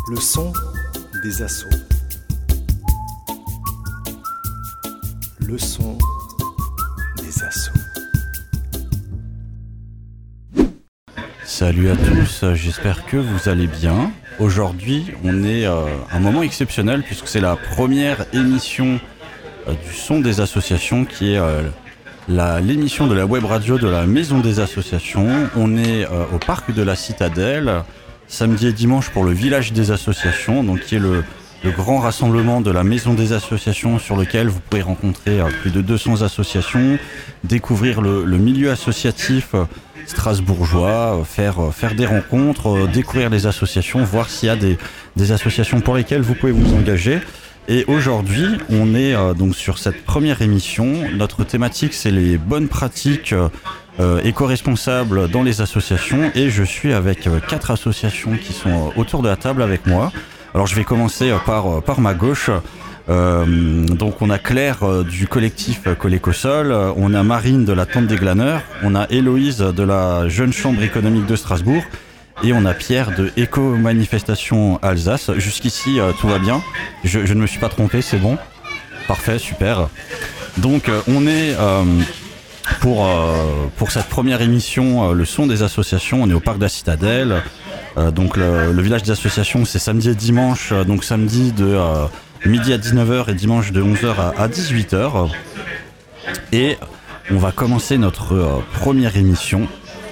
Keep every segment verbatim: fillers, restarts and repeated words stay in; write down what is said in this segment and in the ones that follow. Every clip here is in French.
Le son des assauts. Le son des assauts. Salut à tous, j'espère que vous allez bien. Aujourd'hui, on est euh, à un moment exceptionnel puisque c'est la première émission euh, du son des associations qui est euh, la, l'émission de la web radio de la Maison des Associations. On est euh, au parc de la Citadelle, samedi et dimanche pour le village des associations, donc qui est le, le grand rassemblement de la Maison des Associations sur lequel vous pourrez rencontrer euh, plus de deux cents associations, découvrir le, le milieu associatif euh, strasbourgeois, euh, faire, euh, faire des rencontres, euh, découvrir les associations, voir s'il y a des, des associations pour lesquelles vous pouvez vous engager. Et aujourd'hui, on est euh, donc sur cette première émission. Notre thématique, c'est les bonnes pratiques euh, euh, éco-responsables dans les associations. Et je suis avec euh, quatre associations qui sont euh, autour de la table avec moi. Alors, je vais commencer euh, par, euh, par ma gauche. Euh, donc, on a Claire euh, du collectif euh, Colécosol. Euh, on a Marine de la Tente des Glaneurs. On a Héloïse de la Jeune Chambre économique de Strasbourg. Et on a Pierre de Éco-Manifestation Alsace. Jusqu'ici, euh, tout va bien. Je, je ne me suis pas trompé, c'est bon. Parfait, super. Donc, euh, on est euh, pour, euh, pour cette première émission, euh, le son des associations. On est au parc de la Citadelle. Euh, donc, le, le village des associations, c'est samedi et dimanche. Euh, donc, samedi de euh, midi à dix-neuf heures et dimanche de onze heures à, à dix-huit heures. Et on va commencer notre euh, première émission.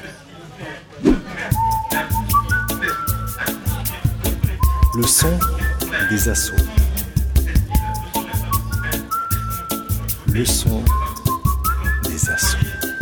Le son des assauts. Le son des assauts.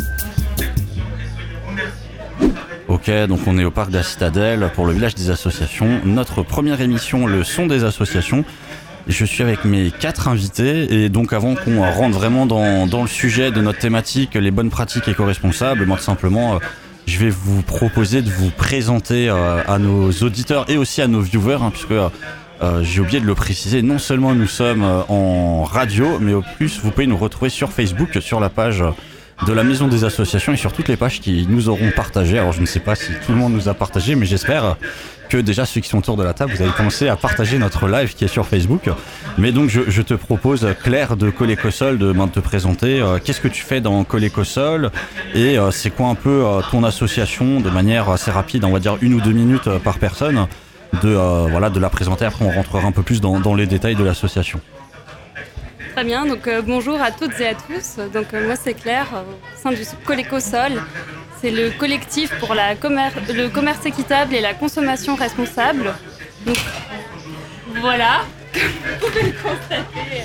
Ok, donc on est au parc de la Citadelle pour le village des associations. Notre première émission, le son des associations. Je suis avec mes quatre invités et donc avant qu'on rentre vraiment dans, dans le sujet de notre thématique, les bonnes pratiques éco-responsables, moi tout simplement... Euh, je vais vous proposer de vous présenter euh, à nos auditeurs et aussi à nos viewers, hein, puisque euh, j'ai oublié de le préciser, non seulement nous sommes euh, en radio, mais au plus vous pouvez nous retrouver sur Facebook, sur la page de la Maison des Associations et sur toutes les pages qui nous auront partagé. Alors je ne sais pas si tout le monde nous a partagé, mais j'espère que déjà ceux qui sont autour de la table, vous avez commencé à partager notre live qui est sur Facebook. Mais donc je, je te propose, Claire de Colécosol, de, de te présenter. Euh, qu'est-ce que tu fais dans Colécosol et euh, c'est quoi un peu euh, ton association de manière assez rapide, on va dire une ou deux minutes euh, par personne, de, euh, voilà, de la présenter. Après on rentrera un peu plus dans, dans les détails de l'association. Très bien, donc euh, bonjour à toutes et à tous. Donc euh, moi c'est Claire, euh, au sein du Colécosol. C'est le collectif pour la commer- le commerce équitable et la consommation responsable. Donc voilà, comme vous pouvez le constater,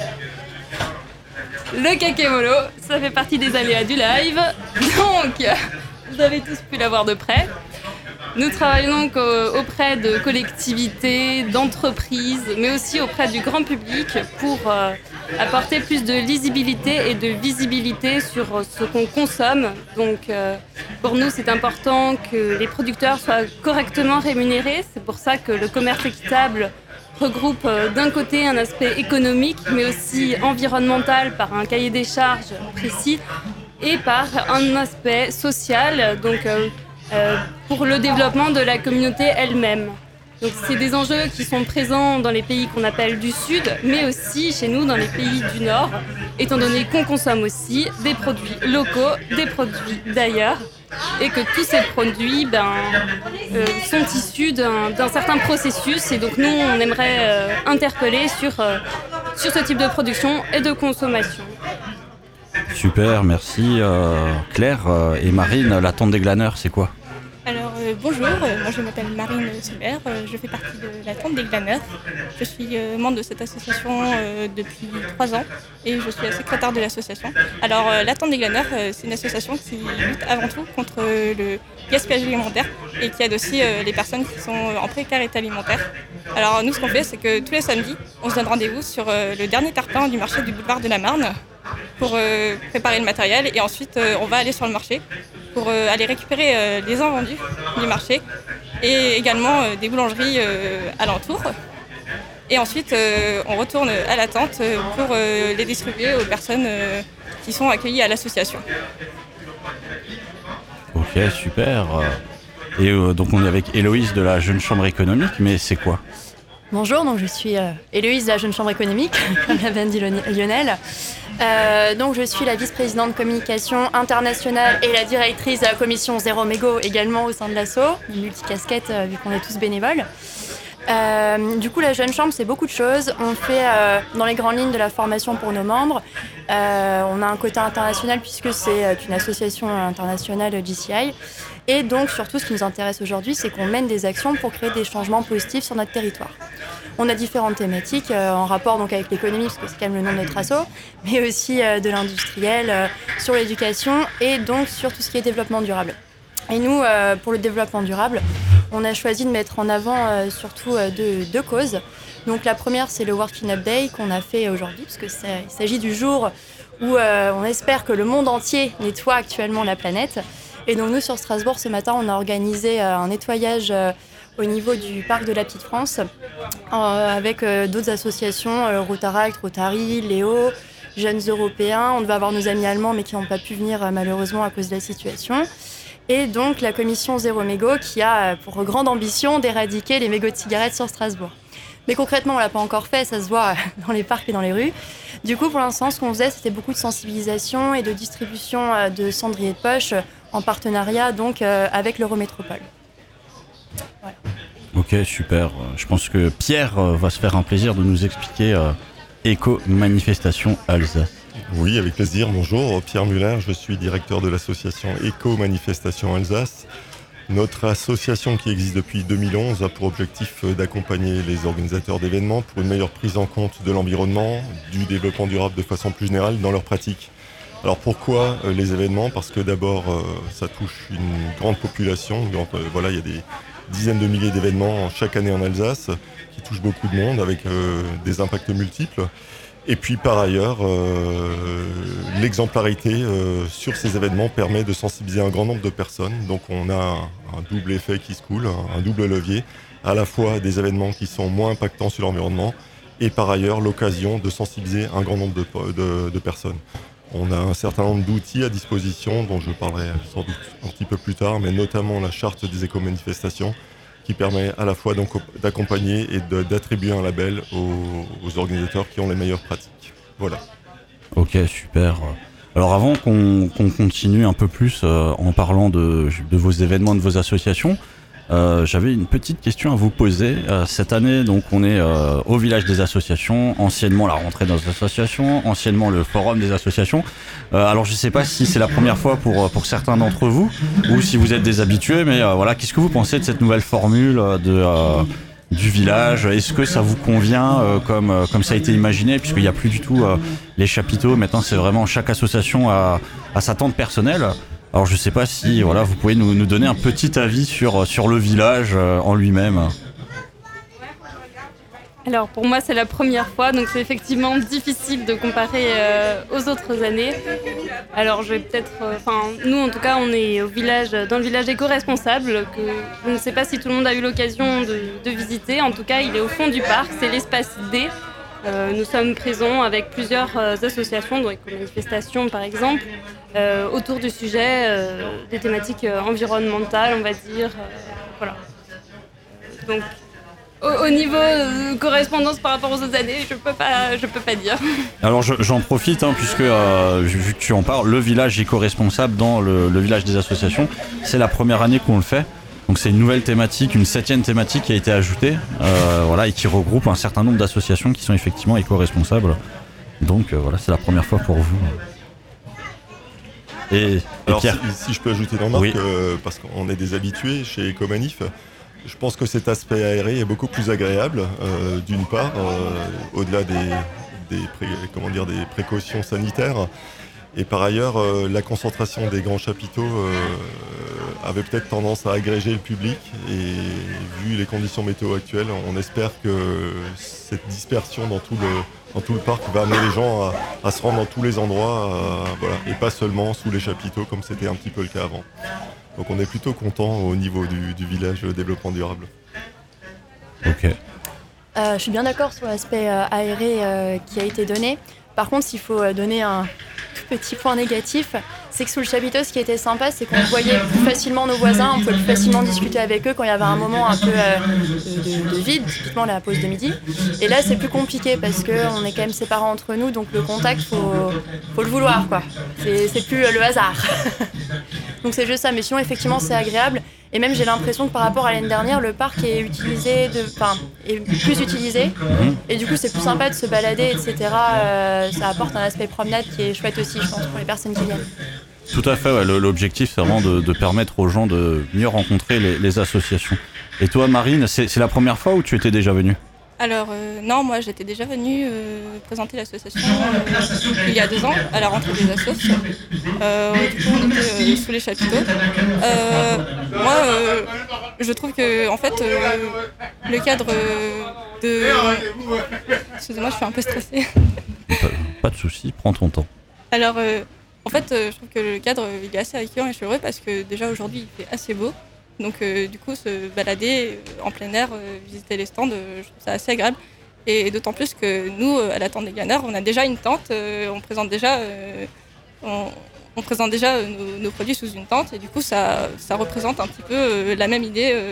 euh, le kakémolo, ça fait partie des aléas du live. Donc vous avez tous pu l'avoir de près. Nous travaillons donc euh, auprès de collectivités, d'entreprises, mais aussi auprès du grand public pour euh, apporter plus de lisibilité et de visibilité sur ce qu'on consomme. Donc euh, pour nous, c'est important que les producteurs soient correctement rémunérés. C'est pour ça que le commerce équitable regroupe euh, d'un côté un aspect économique, mais aussi environnemental par un cahier des charges précis et par un aspect social. Donc, euh, Euh, pour le développement de la communauté elle-même. Donc c'est des enjeux qui sont présents dans les pays qu'on appelle du Sud, mais aussi chez nous dans les pays du Nord, étant donné qu'on consomme aussi des produits locaux, des produits d'ailleurs, et que tous ces produits ben, euh, sont issus d'un, d'un certain processus. Et donc nous, on aimerait euh, interpeller sur, euh, sur ce type de production et de consommation. Super, merci euh, Claire euh, et Marine. La Tente des Glaneurs, c'est quoi ? Alors euh, bonjour, euh, moi je m'appelle Marine Soler, euh, je fais partie de la Tente des Glaneurs. Je suis euh, membre de cette association euh, depuis trois ans et je suis la secrétaire de l'association. Alors euh, la Tente des Glaneurs, euh, c'est une association qui lutte avant tout contre euh, le gaspillage alimentaire et qui aide aussi euh, les personnes qui sont en précarité alimentaire. Alors nous ce qu'on fait, c'est que tous les samedis, on se donne rendez-vous sur euh, le dernier terre-plein du marché du boulevard de la Marne pour euh, préparer le matériel et ensuite euh, on va aller sur le marché pour euh, aller récupérer euh, les invendus du marché et également euh, des boulangeries euh, alentours. Et ensuite euh, on retourne à la tente euh, pour euh, les distribuer aux personnes euh, qui sont accueillies à l'association. Ok, super. Et euh, donc on est avec Héloïse de la Jeune Chambre économique, mais c'est quoi ? Bonjour, donc je suis euh, Héloïse de la Jeune Chambre économique, comme l'a bien dit Lionel. Euh, donc je suis la vice-présidente communication internationale et la directrice de la commission Zéro Mégot également au sein de l'asso, une multicasquette euh, vu qu'on est tous bénévoles. Euh, du coup, la Jeune Chambre, c'est beaucoup de choses. On fait euh, dans les grandes lignes de la formation pour nos membres. Euh, on a un côté international puisque c'est euh, une association internationale G C I. Et donc, surtout, ce qui nous intéresse aujourd'hui, c'est qu'on mène des actions pour créer des changements positifs sur notre territoire. On a différentes thématiques euh, en rapport donc, avec l'économie, parce que c'est quand même le nom de notre asso, mais aussi euh, de l'industriel, euh, sur l'éducation et donc sur tout ce qui est développement durable. Et nous, euh, pour le développement durable, on a choisi de mettre en avant euh, surtout euh, deux, deux causes. Donc la première, c'est le World Cleanup Day qu'on a fait aujourd'hui, parce qu'il s'agit du jour où euh, on espère que le monde entier nettoie actuellement la planète. Et donc nous, sur Strasbourg, ce matin, on a organisé euh, un nettoyage euh, au niveau du parc de la Petite France, euh, avec euh, d'autres associations, euh, Rotaract, Rotary, Léo, Jeunes Européens. On devait avoir nos amis allemands, mais qui n'ont pas pu venir euh, malheureusement à cause de la situation. Et donc la commission Zéro Mégot qui a pour grande ambition d'éradiquer les mégots de cigarettes sur Strasbourg. Mais concrètement, on ne l'a pas encore fait, ça se voit dans les parcs et dans les rues. Du coup, pour l'instant, ce qu'on faisait, c'était beaucoup de sensibilisation et de distribution de cendriers de poche en partenariat donc, avec l'Eurométropole. Voilà. Ok, super. Je pense que Pierre va se faire un plaisir de nous expliquer euh, Éco-Manifestation Alsace. Oui, avec plaisir. Bonjour, Pierre Muller, je suis directeur de l'association Éco-Manifestation Alsace. Notre association qui existe depuis deux mille onze a pour objectif d'accompagner les organisateurs d'événements pour une meilleure prise en compte de l'environnement, du développement durable de façon plus générale dans leurs pratiques. Alors pourquoi euh, les événements ? Parce que d'abord, euh, ça touche une grande population. Donc, euh, voilà, il y a des dizaines de milliers d'événements chaque année en Alsace qui touchent beaucoup de monde avec euh, des impacts multiples. Et puis par ailleurs, euh, l'exemplarité euh, sur ces événements permet de sensibiliser un grand nombre de personnes. Donc on a un, un double effet qui se coule, un, un double levier, à la fois des événements qui sont moins impactants sur l'environnement et par ailleurs l'occasion de sensibiliser un grand nombre de, de, de personnes. On a un certain nombre d'outils à disposition dont je parlerai sans doute un petit peu plus tard, mais notamment la charte des éco-manifestations qui permet à la fois donc d'accompagner et de, d'attribuer un label aux, aux organisateurs qui ont les meilleures pratiques. Voilà. Ok, super. Alors avant qu'on, qu'on continue un peu plus euh, en parlant de, de vos événements, de vos associations, euh, j'avais une petite question à vous poser. Euh, cette année, donc, on est euh, au village des associations, anciennement la rentrée des associations, anciennement le forum des associations. Euh, alors je ne sais pas si c'est la première fois pour, pour certains d'entre vous ou si vous êtes des habitués, mais euh, voilà, qu'est-ce que vous pensez de cette nouvelle formule de, euh, du village ? Est-ce que ça vous convient euh, comme, euh, comme ça a été imaginé, puisqu'il n'y a plus du tout euh, les chapiteaux, maintenant c'est vraiment chaque association a, a sa tente personnelle. Alors je ne sais pas si voilà, vous pouvez nous, nous donner un petit avis sur, sur le village euh, en lui-même. Alors pour moi c'est la première fois, donc c'est effectivement difficile de comparer euh, aux autres années. Alors je vais peut-être, enfin euh, nous en tout cas on est au village, dans le village éco-responsable, que je ne sais pas si tout le monde a eu l'occasion de, de visiter. En tout cas il est au fond du parc, c'est l'espace D. Euh, nous sommes présents avec plusieurs euh, associations, dont Éco-Manifestation par exemple, euh, autour du sujet euh, des thématiques euh, environnementales, on va dire. Euh, voilà. Donc au, au niveau euh, correspondance par rapport aux autres années, je peux pas, je peux pas dire. Alors je, j'en profite hein, puisque euh, vu que tu en parles, le village éco-responsable dans le, le village des associations, c'est la première année qu'on le fait. Donc c'est une nouvelle thématique, une septième thématique qui a été ajoutée, euh, voilà, et qui regroupe un certain nombre d'associations qui sont effectivement éco-responsables. Donc euh, voilà, c'est la première fois pour vous. Et, et Alors Pierre, si, si je peux ajouter une remarque, oui. euh, parce qu'on est des habitués chez Ecomanif, je pense que cet aspect aéré est beaucoup plus agréable, euh, d'une part, euh, au-delà des, des, pré, comment dire, des précautions sanitaires. Et par ailleurs, euh, la concentration des grands chapiteaux euh, avait peut-être tendance à agréger le public. Et vu les conditions météo actuelles, on espère que cette dispersion dans tout le, dans tout le parc va amener les gens à, à se rendre dans tous les endroits, à, voilà, et pas seulement sous les chapiteaux comme c'était un petit peu le cas avant. Donc on est plutôt content au niveau du, du village développement durable. Ok. Euh, je suis bien d'accord sur l'aspect euh, aéré euh, qui a été donné. Par contre, s'il faut euh, donner un tout petit point négatif, c'est que sous le chapiteau, ce qui était sympa, c'est qu'on voyait plus facilement nos voisins, on pouvait plus facilement discuter avec eux quand il y avait un moment un peu euh, de, de, de vide, typiquement la pause de midi. Et là, c'est plus compliqué parce qu'on est quand même séparés entre nous, donc le contact, faut, faut le vouloir, quoi. C'est, c'est plus le hasard. Donc c'est juste ça, mais sinon, effectivement, c'est agréable. Et même, j'ai l'impression que par rapport à l'année dernière, le parc est utilisé, de, enfin, est plus utilisé. Mmh. Et du coup, c'est plus sympa de se balader, et cetera. Euh, ça apporte un aspect promenade qui est chouette aussi, je pense, pour les personnes qui viennent. Tout à fait, ouais. L'objectif, c'est vraiment de, de permettre aux gens de mieux rencontrer les, les associations. Et toi, Marine, c'est, c'est la première fois ou tu étais déjà venue ? Alors, euh, non, moi j'étais déjà venue euh, présenter l'association euh, il y a deux ans, à la rentrée des assos. Euh, du coup, on était euh, sous les chapiteaux. Euh, moi, euh, je trouve que, en fait, euh, le cadre de... Excusez-moi, je suis un peu stressée. Pas, pas de souci, prends ton temps. Alors, euh, en fait, euh, je trouve que le cadre il est assez accueillant et chaleureux parce que déjà aujourd'hui il fait assez beau. Donc euh, du coup, se balader euh, en plein air, euh, visiter les stands, euh, je trouve ça assez agréable. Et, et d'autant plus que nous, euh, à la tente des Glaneurs, on a déjà une tente, euh, on présente déjà, euh, on, on présente déjà euh, nos, nos produits sous une tente. Et du coup, ça, ça représente un petit peu euh, la même idée. Euh...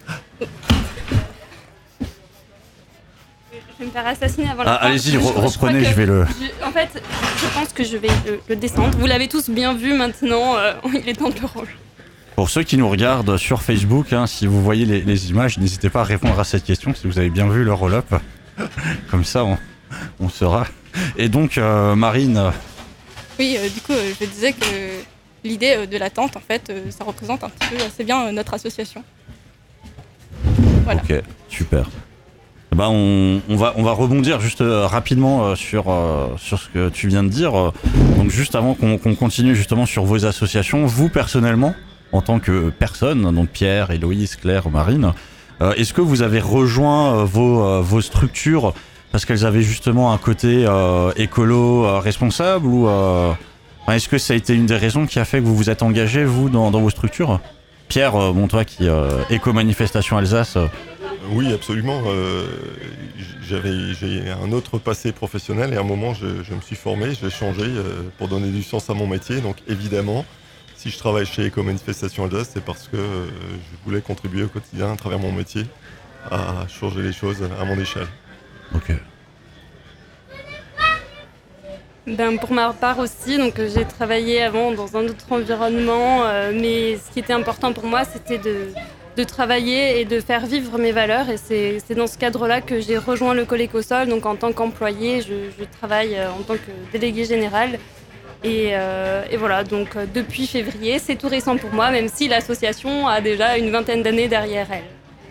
Je vais me faire assassiner avant la ah, fin. Allez-y, je, re- je reprenez, je, je vais le... Je, en fait, je pense que je vais le, le descendre. Vous l'avez tous bien vu maintenant, euh, il est temps de le ranger. Pour ceux qui nous regardent sur Facebook, hein, si vous voyez les, les images, n'hésitez pas à répondre à cette question si vous avez bien vu le roll-up. Comme ça, on, on saura. Et donc, euh, Marine... Oui, euh, du coup, euh, je disais que l'idée euh, de la tente, en fait, euh, ça représente un petit peu assez bien euh, notre association. Voilà. Ok, super. Bah on, on, va, on va rebondir juste euh, rapidement euh, sur, euh, sur ce que tu viens de dire. Euh, donc juste avant qu'on, qu'on continue justement sur vos associations, vous personnellement, en tant que personne, donc Pierre, Héloïse, Claire, Marine, euh, est-ce que vous avez rejoint euh, vos, euh, vos structures parce qu'elles avaient justement un côté euh, écolo euh, responsable ou euh, est-ce que ça a été une des raisons qui a fait que vous vous êtes engagé, vous, dans, dans vos structures ? Pierre, euh, bon toi qui euh, éco-manifestation Alsace... Euh, Oui, absolument. Euh, j'avais, j'ai un autre passé professionnel et à un moment, je, je me suis formé, j'ai changé euh, pour donner du sens à mon métier. Donc évidemment, si je travaille chez Éco-Manifestation Alsace, c'est parce que euh, je voulais contribuer au quotidien à travers mon métier à changer les choses à mon échelle. Ok. Ben, pour ma part aussi, donc, j'ai travaillé avant dans un autre environnement, euh, mais ce qui était important pour moi, c'était de... de travailler et de faire vivre mes valeurs. Et c'est, c'est dans ce cadre-là que j'ai rejoint le Colécosol. Donc en tant qu'employée, je, je travaille en tant que déléguée générale. Et, euh, et voilà, donc depuis février, c'est tout récent pour moi, même si l'association a déjà une vingtaine d'années derrière elle.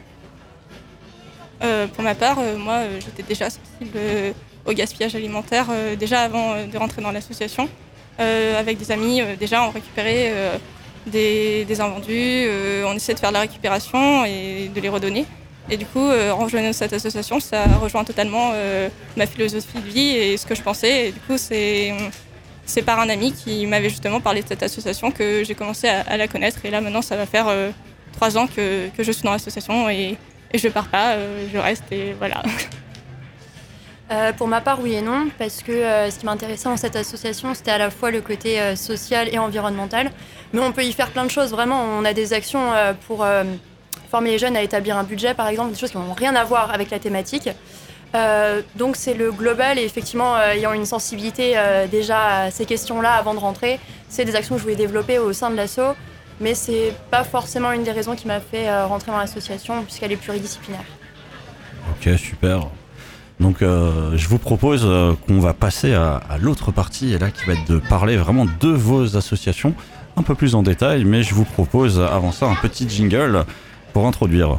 Euh, pour ma part, euh, moi, euh, j'étais déjà sensible euh, au gaspillage alimentaire euh, déjà avant euh, de rentrer dans l'association. Euh, avec des amis, euh, déjà, on récupérait euh, Des, des invendus, euh, on essaie de faire de la récupération et de les redonner. Et du coup, euh, en rejoignant cette association, ça rejoint totalement euh, ma philosophie de vie et ce que je pensais. Et du coup, c'est, c'est par un ami qui m'avait justement parlé de cette association que j'ai commencé à, à la connaître. Et là, maintenant, ça va faire euh, trois ans que, que je suis dans l'association et, et je pars pas, euh, je reste et voilà. Euh, pour ma part, oui et non, parce que euh, ce qui m'intéressait dans cette association, c'était à la fois le côté euh, social et environnemental. Mais on peut y faire plein de choses, vraiment. On a des actions euh, pour euh, former les jeunes à établir un budget, par exemple, des choses qui n'ont rien à voir avec la thématique. Euh, donc c'est le global et effectivement, euh, ayant une sensibilité euh, déjà à ces questions-là avant de rentrer, c'est des actions que je voulais développer au sein de l'asso, mais c'est pas forcément une des raisons qui m'a fait euh, rentrer dans l'association, puisqu'elle est pluridisciplinaire. Ok, super. Donc euh, je vous propose euh, qu'on va passer à, à l'autre partie, et là qui va être de parler vraiment de vos associations, un peu plus en détail, mais je vous propose avant ça un petit jingle pour introduire.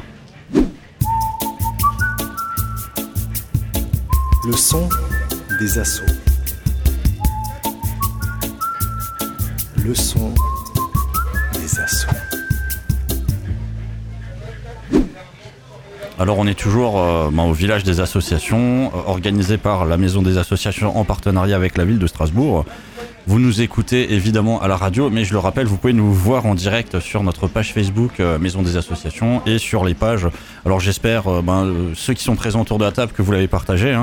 Le son des assos. Le son des assos. Alors on est toujours euh, ben, au village des associations, euh, organisé par la Maison des associations en partenariat avec la ville de Strasbourg. Vous nous écoutez évidemment à la radio, mais je le rappelle, vous pouvez nous voir en direct sur notre page Facebook euh, Maison des associations et sur les pages. Alors j'espère, euh, ben, euh, ceux qui sont présents autour de la table, que vous l'avez partagé, hein.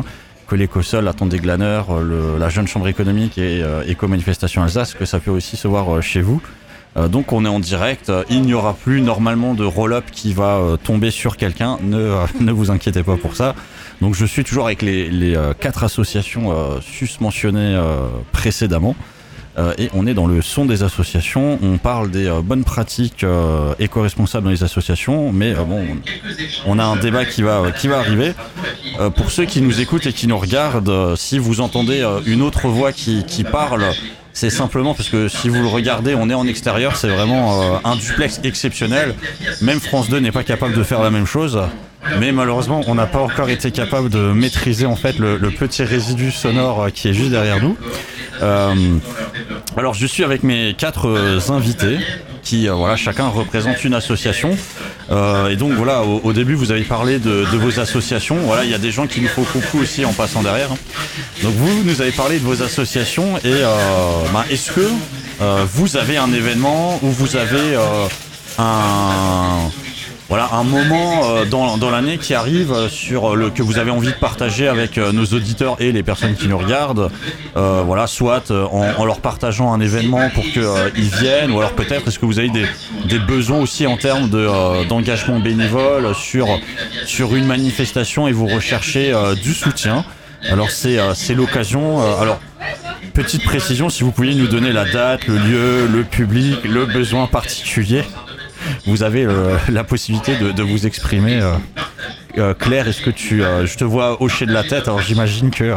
Colécosol, la Tente des Glaneurs, le, la Jeune Chambre économique et euh, Éco-Manifestation Alsace, que ça peut aussi se voir euh, chez vous. Euh, donc on est en direct, il n'y aura plus normalement de roll-up qui va euh, tomber sur quelqu'un, ne, euh, ne vous inquiétez pas pour ça. Donc je suis toujours avec les, les euh, quatre associations euh, susmentionnées euh, précédemment. Euh, et on est dans le son des associations, on parle des euh, bonnes pratiques euh, éco-responsables dans les associations, mais euh, bon, on a un débat qui va, qui va arriver. Euh, pour ceux qui nous écoutent et qui nous regardent, euh, si vous entendez euh, une autre voix qui, qui parle, c'est simplement parce que si vous le regardez, on est en extérieur, c'est vraiment euh, un duplex exceptionnel. Même France deux n'est pas capable de faire la même chose. Mais malheureusement, on n'a pas encore été capable de maîtriser en fait le, le petit résidu sonore qui est juste derrière nous. Euh, alors, je suis avec mes quatre euh, invités qui, euh, voilà, chacun représente une association. Euh, et donc voilà, au, au début, vous avez parlé de, de vos associations. Voilà, il y a des gens qui nous font coucou aussi en passant derrière. Donc vous, nous avez parlé de vos associations et euh, bah, est-ce que euh, vous avez un événement où vous avez euh, un Voilà, un moment euh, dans, dans l'année qui arrive euh, sur le que vous avez envie de partager avec euh, nos auditeurs et les personnes qui nous regardent. Euh, voilà, soit euh, en, en leur partageant un événement pour qu'ils euh, viennent, ou alors peut-être est-ce que vous avez des, des besoins aussi en termes de, euh, d'engagement bénévole sur, sur une manifestation et vous recherchez euh, du soutien. Alors c'est, euh, c'est l'occasion. Euh, alors petite précision, si vous pouviez nous donner la date, le lieu, le public, le besoin particulier. Vous avez euh, la possibilité de, de vous exprimer. Euh, euh, Claire, est-ce que tu... Euh, je te vois hocher de la tête, alors j'imagine que... Euh...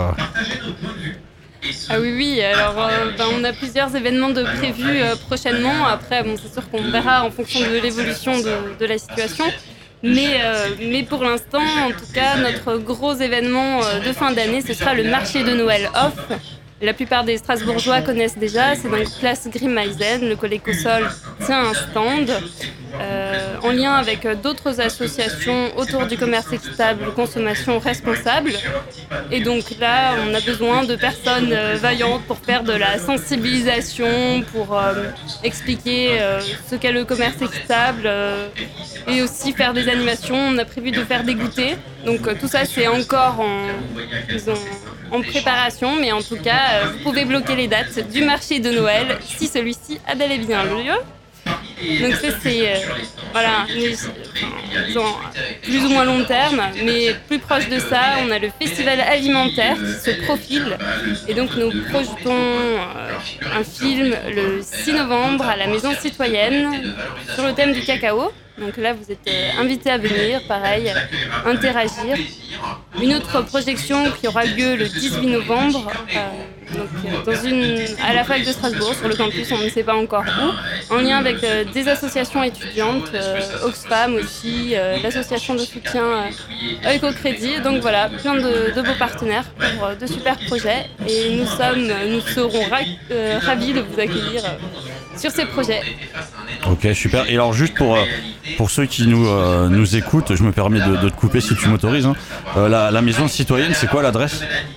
Ah oui, oui, alors euh, ben, on a plusieurs événements de prévus euh, prochainement. Après, bon, c'est sûr qu'on verra en fonction de l'évolution de, de la situation. Mais, euh, mais pour l'instant, en tout cas, notre gros événement euh, de fin d'année, ce sera le marché de Noël off. La plupart des Strasbourgeois connaissent déjà, c'est donc place Grimeisen, le Colécosol tient un stand euh, en lien avec d'autres associations autour du commerce équitable, consommation responsable. Et donc là, on a besoin de personnes euh, vaillantes pour faire de la sensibilisation, pour euh, expliquer euh, ce qu'est le commerce équitable euh, et aussi faire des animations. On a prévu de faire des goûters. Donc euh, tout ça, c'est encore en, disons, en préparation, mais en tout cas, euh, vous pouvez bloquer les dates du marché de Noël si celui-ci a bel et bien lieu. Donc ça, c'est euh, voilà, mais, enfin, disons, plus ou moins long terme, mais plus proche de ça, on a le festival alimentaire qui se profile. Et donc nous projetons euh, un film le six novembre à la Maison Citoyenne sur le thème du cacao. Donc là, vous êtes euh, invités à venir, pareil, interagir. Une autre projection qui aura lieu le dix-huit novembre, euh, donc, euh, dans une, à la fac de Strasbourg, sur le campus, on ne sait pas encore où, en lien avec euh, des associations étudiantes, euh, Oxfam aussi, euh, l'association de soutien euh, Eco-Crédit. Donc voilà, plein de, de beaux partenaires pour euh, de super projets. Et nous, sommes, nous serons ra- euh, ravis de vous accueillir euh, sur ces projets. Ok, super. Et alors juste pour, euh, pour ceux qui nous, euh, nous écoutent, je me permets de, de te couper si tu m'autorises. Hein. Euh, la, la maison citoyenne, c'est quoi l'adresse ?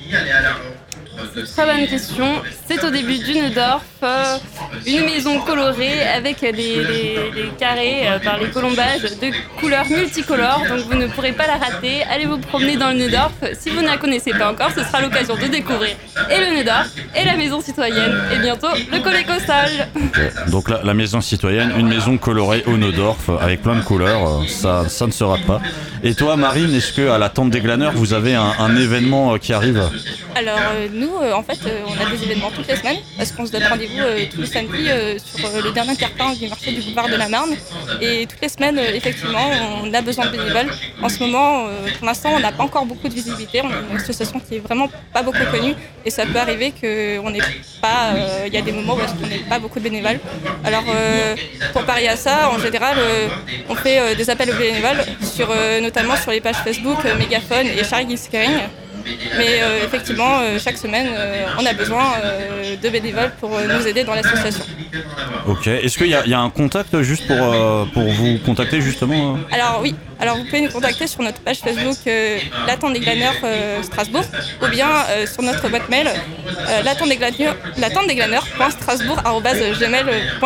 Très bonne question. C'est au début du Neudorf, euh, une maison colorée avec des, des, des carrés euh, par les colombages de couleurs multicolores, donc vous ne pourrez pas la rater. Allez vous promener dans le Neudorf. Si vous ne la connaissez pas encore, ce sera l'occasion de découvrir et le Neudorf, et la maison citoyenne, et bientôt le Colécosol. Okay. Donc la, la maison citoyenne, une maison colorée au Neudorf avec plein de couleurs, ça, ça ne se rate pas. Et toi, Marine, est-ce qu'à la Tente des Glaneurs, vous avez un, un événement qui arrive ? Alors euh, nous, euh, en fait, euh, on a des événements toutes les semaines parce qu'on se donne rendez-vous euh, tous les samedis euh, sur euh, le dernier carton du marché du boulevard de la Marne. Et toutes les semaines, euh, effectivement, on a besoin de bénévoles. En ce moment, euh, pour l'instant, on n'a pas encore beaucoup de visibilité. On est une association qui est vraiment pas beaucoup connue et ça peut arriver qu'on n'ait pas. Il euh, y a des moments où on n'est pas beaucoup de bénévoles. Alors, euh, pour parier à ça, en général, euh, on fait euh, des appels aux bénévoles, sur, euh, notamment sur les pages Facebook, euh, Mégaphone et Sharing is Caring. Mais euh, effectivement, euh, chaque semaine, euh, on a besoin euh, de bénévoles pour euh, nous aider dans l'association. Ok. Est-ce qu'il y a, y a un contact juste pour, euh, pour vous contacter justement ? Alors oui. Alors vous pouvez nous contacter sur notre page Facebook euh, La Tente des Glaneurs euh, Strasbourg ou bien euh, sur notre boîte mail euh, la tente des glaneurs point strasbourg arobase gmail point f r.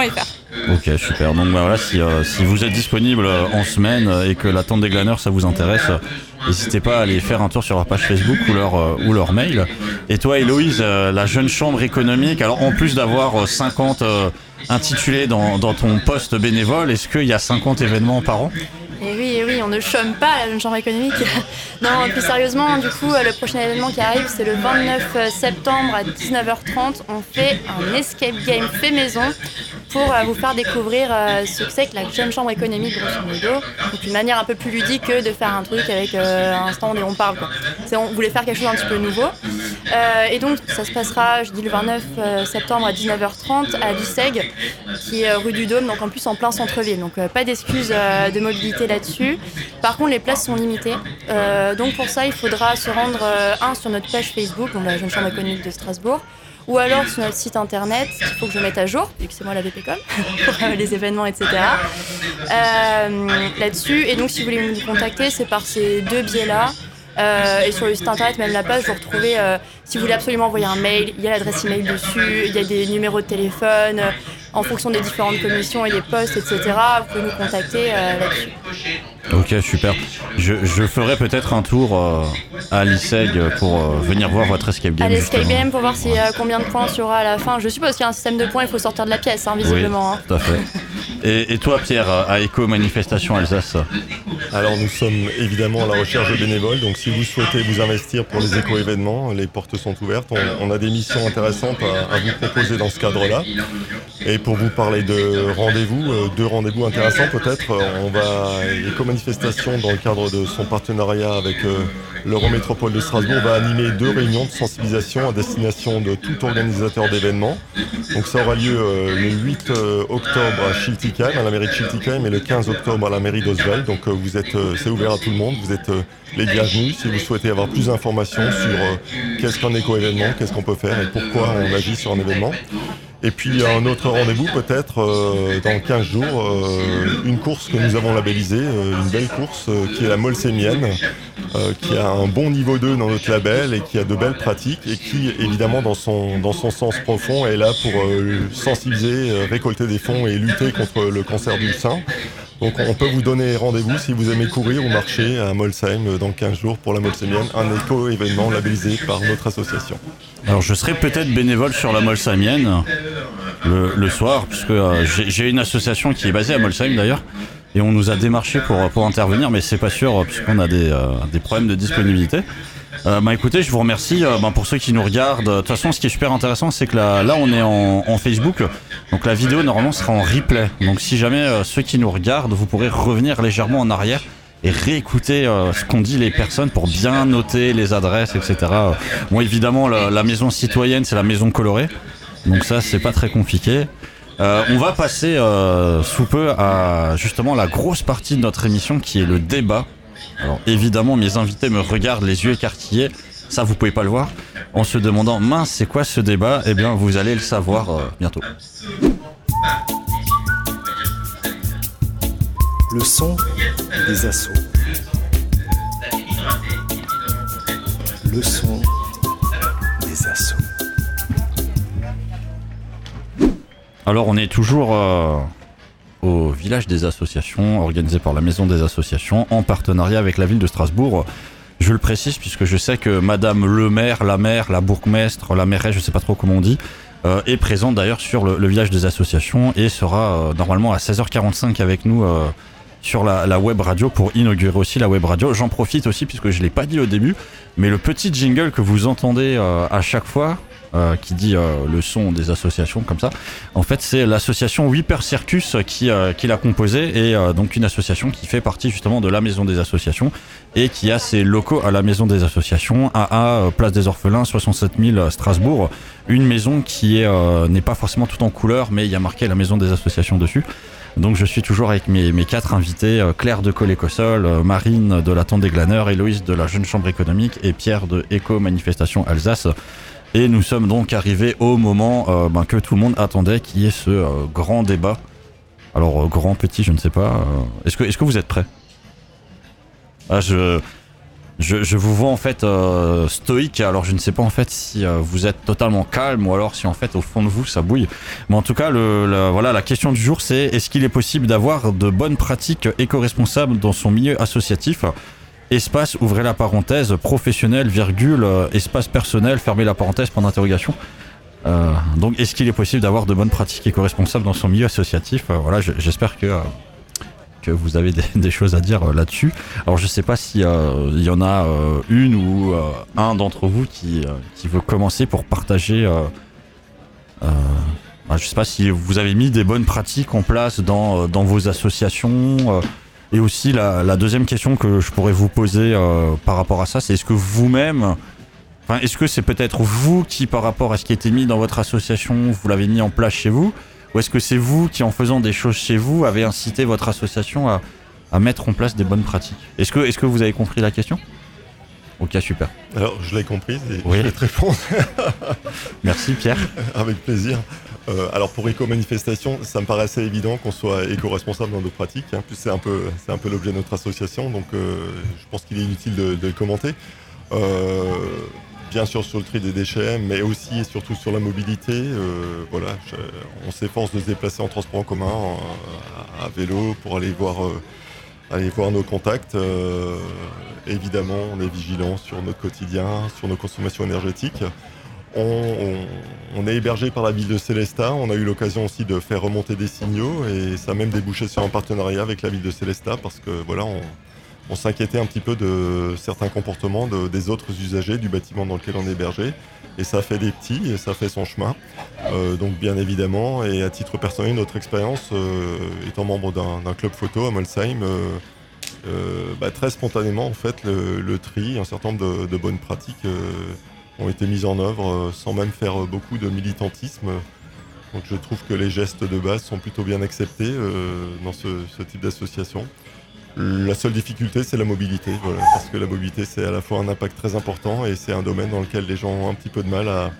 Ok, super. Donc bah, voilà, si, euh, si vous êtes disponible en semaine et que la tente des glaneurs ça vous intéresse, n'hésitez pas à aller faire un tour sur leur page Facebook ou leur, euh, ou leur mail. Et toi Héloïse, euh, la jeune chambre économique, alors en plus d'avoir cinquante euh, intitulés dans, dans ton poste bénévole, est-ce qu'il y a cinquante événements par an ? Et oui, et oui, on ne chôme pas la jeune chambre économique. Non, plus sérieusement, du coup, le prochain événement qui arrive, c'est le vingt-neuf septembre à dix-neuf heures trente. On fait un escape game fait maison pour euh, vous faire découvrir euh, ce que c'est que la jeune chambre économique, grosso modo. Donc une manière un peu plus ludique que de faire un truc avec euh, un stand et on parle, quoi. C'est, on voulait faire quelque chose d'un petit peu nouveau. Euh, et donc, ça se passera, je dis le vingt-neuf septembre à dix-neuf heures trente à l'I S E G, qui est rue du Dôme, donc en plus en plein centre-ville. Donc, euh, pas d'excuses euh, de mobilité là-dessus. Par contre, les places sont limitées. Euh, donc, pour ça, il faudra se rendre, euh, un, sur notre page Facebook, donc la Jeune Chambre économique de Strasbourg, ou alors sur notre site internet, qu'il faut que je mette à jour, vu que c'est moi la V P Com, pour euh, les événements, et cetera. Euh, là-dessus. Et donc, si vous voulez nous contacter, c'est par ces deux biais-là. Euh, et sur le site internet, même la page, vous retrouvez, euh, si vous voulez absolument envoyer un mail, il y a l'adresse email dessus, il y a des numéros de téléphone, euh, en fonction des différentes commissions et des postes, et cetera. Vous pouvez nous contacter euh, là-dessus. Ok, super. Je, je ferai peut-être un tour euh, à l'I S E G pour euh, venir voir votre escape game. À l'escape justement. game pour voir si, euh, combien de points il y aura à la fin. Je suppose qu'il y a un système de points, il faut sortir de la pièce, hein, visiblement. Oui, hein. tout à fait. Et, et toi, Pierre, à Éco Manifestation Alsace ? Alors nous sommes évidemment à la recherche de bénévoles, donc si vous souhaitez vous investir pour les éco-événements, les portes sont ouvertes. On, on a des missions intéressantes à, à vous proposer dans ce cadre-là. Et pour vous parler de rendez-vous, euh, deux rendez-vous intéressants peut-être, on va, Éco Manifestation, dans le cadre de son partenariat avec euh, l'Eurométropole de Strasbourg, va animer deux réunions de sensibilisation à destination de tout organisateur d'événements. Donc ça aura lieu euh, le huit octobre à Schiltigheim, à la mairie de Schiltigheim, et le quinze octobre à la mairie d'Oswald. Donc euh, vous êtes, euh, c'est ouvert à tout le monde, vous êtes euh, les bienvenus. Si vous souhaitez avoir plus d'informations sur euh, qu'est-ce qu'un éco-événement, qu'est-ce qu'on peut faire et pourquoi on agit sur un événement. Et puis un autre rendez-vous peut-être euh, dans quinze jours, euh, une course que nous avons labellisée, euh, une belle course euh, qui est la Molsemienne, euh, qui a un bon niveau deux dans notre label et qui a de belles pratiques et qui évidemment dans son, dans son sens profond est là pour euh, sensibiliser, euh, récolter des fonds et lutter contre le cancer du sein. Donc on peut vous donner rendez-vous si vous aimez courir ou marcher à Molsheim dans quinze jours pour la Molsemienne, un éco-événement labellisé par notre association. Alors je serai peut-être bénévole sur la Molsheimienne le, le soir, puisque euh, j'ai, j'ai une association qui est basée à Molsheim d'ailleurs, et on nous a démarché pour, pour intervenir, mais c'est pas sûr, puisqu'on a des, euh, des problèmes de disponibilité. Euh, bah écoutez, je vous remercie euh, bah, pour ceux qui nous regardent. De toute façon, ce qui est super intéressant, c'est que là, là on est en, en Facebook, donc la vidéo normalement sera en replay. Donc si jamais euh, ceux qui nous regardent, vous pourrez revenir légèrement en arrière et réécouter euh, ce qu'ont dit les personnes pour bien noter les adresses, et cetera. Bon, évidemment, la, la maison citoyenne, c'est la maison colorée, donc ça, c'est pas très compliqué. Euh, on va passer euh, sous peu à justement la grosse partie de notre émission qui est le débat. Alors évidemment, mes invités me regardent les yeux écarquillés, ça vous pouvez pas le voir, en se demandant mince, c'est quoi ce débat ? Eh bien, vous allez le savoir euh, bientôt. Le son des assauts. Le son des assauts. Alors on est toujours euh, au village des associations, organisé par la Maison des associations, en partenariat avec la ville de Strasbourg. Je le précise puisque je sais que Madame le maire, la maire, la bourgmestre, la mairesse, je sais pas trop comment on dit, euh, est présente d'ailleurs sur le, le village des associations et sera euh, normalement à seize heures quarante-cinq avec nous euh, sur la, la web radio pour inaugurer aussi la web radio. J'en profite aussi puisque je l'ai pas dit au début, mais le petit jingle que vous entendez euh, à chaque fois, Euh, qui dit euh, le son des associations comme ça. En fait, c'est l'association Whipper Circus qui, euh, qui l'a composée et euh, donc une association qui fait partie justement de la Maison des associations et qui a ses locaux à la Maison des associations à A, place des Orphelins, soixante-sept mille Strasbourg. Une maison qui est, euh, n'est pas forcément tout en couleur, mais il y a marqué la Maison des associations dessus. Donc je suis toujours avec mes, mes quatre invités, euh, Claire de Colécosol, euh, Marine de la Tente des Glaneurs, Héloïse de la Jeune Chambre économique et Pierre de Éco Manifestation Alsace. Et nous sommes donc arrivés au moment euh, ben, que tout le monde attendait, qui est ce euh, grand débat. Alors, euh, grand, petit, je ne sais pas. Euh, est-ce que, est-ce que vous êtes prêts ? Ah, je, Je, je vous vois en fait euh, stoïque, alors je ne sais pas en fait si euh, vous êtes totalement calme ou alors si en fait au fond de vous ça bouille. Mais en tout cas, le, le, voilà, la question du jour c'est est-ce qu'il est possible d'avoir de bonnes pratiques éco-responsables dans son milieu associatif ? Espace, ouvrez la parenthèse, professionnel, virgule, euh, espace personnel, fermez la parenthèse, point d'interrogation. Euh, donc est-ce qu'il est possible d'avoir de bonnes pratiques éco-responsables dans son milieu associatif ? euh, Voilà, je, j'espère que... Euh, que vous avez des, des choses à dire euh, là-dessus. Alors je sais pas si euh, il y en a euh, une ou euh, un d'entre vous qui, euh, qui veut commencer pour partager euh, euh, bah, je sais pas si vous avez mis des bonnes pratiques en place dans, dans vos associations euh, et aussi la, la deuxième question que je pourrais vous poser euh, par rapport à ça, c'est est-ce que vous-même enfin, est-ce que c'est peut-être vous qui par rapport à ce qui a été mis dans votre association vous l'avez mis en place chez vous? Ou est-ce que c'est vous qui, en faisant des choses chez vous, avez incité votre association à, à mettre en place des bonnes pratiques ? Est-ce que, est-ce que vous avez compris la question ? Ok, super. Alors, je l'ai comprise et oui. je vais te répondre. Merci Pierre. Avec plaisir. Euh, alors, pour éco-manifestation, ça me paraît assez évident qu'on soit éco-responsable dans nos pratiques. Hein. En plus, c'est un peu, c'est un peu l'objet de notre association, donc euh, je pense qu'il est inutile de, de le commenter. Euh, Bien sûr sur le tri des déchets, mais aussi et surtout sur la mobilité. Euh, voilà, je, on s'efforce de se déplacer en transport en commun, en, à, à vélo, pour aller voir, euh, aller voir nos contacts. Euh, évidemment, on est vigilant sur notre quotidien, sur nos consommations énergétiques. On, on, on est hébergé par la ville de Sélestat. On a eu l'occasion aussi de faire remonter des signaux et ça a même débouché sur un partenariat avec la ville de Sélestat parce que voilà, on On s'inquiétait un petit peu de certains comportements de, des autres usagers du bâtiment dans lequel on est hébergé. Et ça fait des petits et ça fait son chemin. Euh, donc bien évidemment, et à titre personnel, notre expérience, euh, étant membre d'un, d'un club photo à Molsheim, euh, euh, bah, très spontanément, en fait, le, le tri, un certain nombre de, de bonnes pratiques euh, ont été mises en œuvre euh, sans même faire beaucoup de militantisme. Donc je trouve que les gestes de base sont plutôt bien acceptés euh, dans ce, ce type d'association. La seule difficulté, c'est la mobilité, voilà, parce que la mobilité, c'est à la fois un impact très important et c'est un domaine dans lequel les gens ont un petit peu de mal à,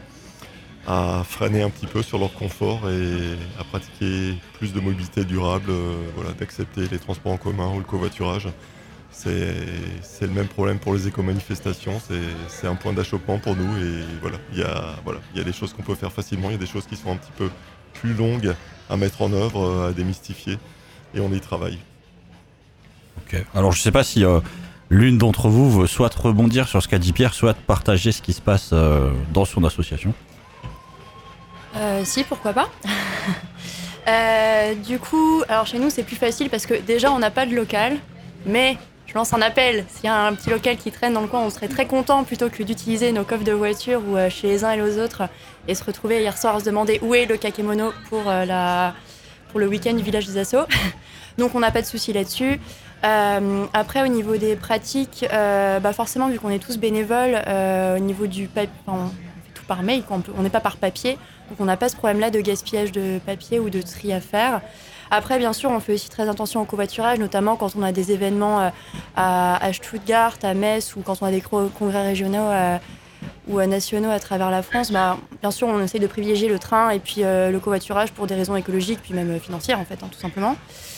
à freiner un petit peu sur leur confort et à pratiquer plus de mobilité durable, euh, voilà, d'accepter les transports en commun ou le covoiturage. C'est, c'est le même problème pour les éco-manifestations, c'est, c'est un point d'achoppement pour nous et voilà, il y a, voilà, il y a des choses qu'on peut faire facilement, il y a des choses qui sont un petit peu plus longues à mettre en œuvre, à démystifier et on y travaille. Ok. Alors je sais pas si euh, l'une d'entre vous veut soit rebondir sur ce qu'a dit Pierre, soit partager ce qui se passe euh, dans son association. Euh, si, pourquoi pas. euh, du coup, alors chez nous c'est plus facile parce que déjà on n'a pas de local, mais je lance un appel. S'il y a un petit local qui traîne dans le coin, on serait très content plutôt que d'utiliser nos coffres de voiture ou euh, chez les uns et les autres et se retrouver hier soir à se demander où est le kakémono pour, euh, la, pour le week-end du village des Assos. Donc on n'a pas de souci là-dessus. Euh, après au niveau des pratiques, euh, bah forcément vu qu'on est tous bénévoles, euh, au niveau du papier, enfin, on fait tout par mail, on n'est pas par papier, donc on n'a pas ce problème-là de gaspillage de papier ou de tri à faire. Après bien sûr on fait aussi très attention au covoiturage, notamment quand on a des événements euh, à, à Stuttgart, à Metz ou quand on a des congrès régionaux euh, ou euh, nationaux à travers la France. Bah, bien sûr on essaye de privilégier le train et puis euh, le covoiturage pour des raisons écologiques puis même financières en fait, hein, tout simplement.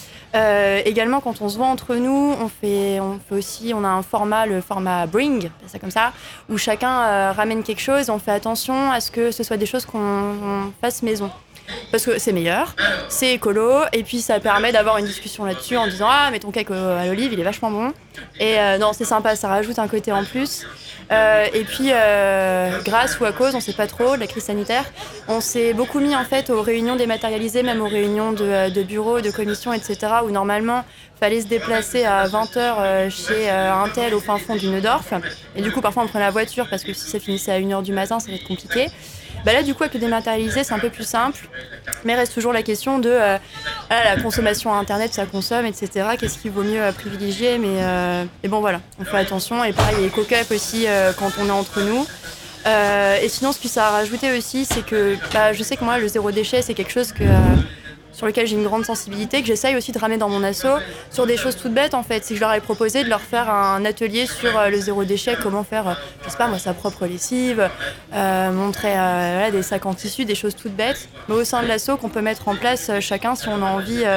Euh, également, quand on se voit entre nous, on fait, on fait aussi, on a un format, le format Bring, c'est comme ça, où chacun euh, ramène quelque chose. On fait attention à ce que ce soit des choses qu'on on fasse maison, parce que c'est meilleur, c'est écolo, et puis ça permet d'avoir une discussion là-dessus en disant ah mais ton cake à l'olive il est vachement bon. Et euh, non c'est sympa, ça rajoute un côté en plus. Euh, et puis euh, grâce ou à cause, on sait pas trop, de la crise sanitaire, on s'est beaucoup mis en fait aux réunions dématérialisées, même aux réunions de, de bureaux, de commissions, et cetera. Où normalement fallait se déplacer à vingt heures chez un tel au fin fond du Neudorf. Et du coup parfois on prenait la voiture parce que si ça finissait à une heure du matin ça va être compliqué. Bah là du coup avec le dématérialisé c'est un peu plus simple, mais reste toujours la question de euh, ah, la consommation à internet, ça consomme, et cetera. Qu'est-ce qu'il vaut mieux euh, privilégier, mais, euh, mais bon voilà, on fait attention. Et pareil il y a les co-cup aussi euh, quand on est entre nous. Euh, et sinon ce que ça a rajouté aussi c'est que bah, je sais que moi le zéro déchet c'est quelque chose que... Euh, sur lequel j'ai une grande sensibilité, que j'essaye aussi de ramener dans mon asso, sur des choses toutes bêtes en fait. Si je leur ai proposé de leur faire un atelier sur euh, le zéro déchet, comment faire, euh, je sais pas moi, sa propre lessive, euh, montrer euh, voilà, des sacs en tissu, des choses toutes bêtes, mais au sein de l'asso qu'on peut mettre en place euh, chacun si on a envie euh,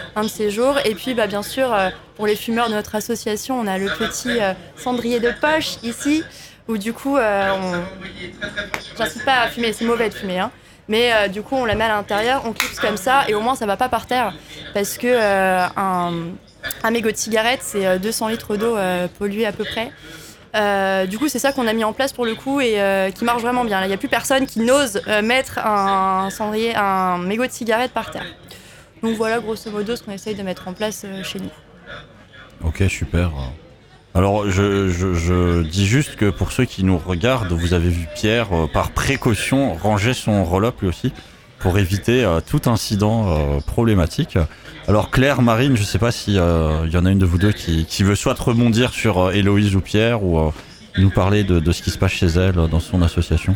un de ces jours. Et puis, bah, bien sûr, euh, pour les fumeurs de notre association, on a le petit euh, cendrier de poche ici, où du coup, euh, on... j'incite pas à fumer, c'est mauvais de fumer, hein. Mais euh, du coup, on la met à l'intérieur, on clipse comme ça, et au moins, ça va pas par terre. Parce que euh, un, un mégot de cigarette, c'est deux cents litres d'eau euh, polluée à peu près. Euh, du coup, c'est ça qu'on a mis en place pour le coup et euh, qui marche vraiment bien. Il n'y a plus personne qui n'ose euh, mettre un cendrier, un mégot de cigarette par terre. Donc voilà, grosso modo, ce qu'on essaye de mettre en place euh, chez nous. Ok, super. Alors, je, je, je dis juste que pour ceux qui nous regardent, vous avez vu Pierre, euh, par précaution, ranger son roll-up lui aussi, pour éviter euh, tout incident euh, problématique. Alors Claire, Marine, je ne sais pas s'il euh, y en a une de vous deux qui, qui veut soit rebondir sur euh, Héloïse ou Pierre, ou euh, nous parler de, de ce qui se passe chez elle euh, dans son association.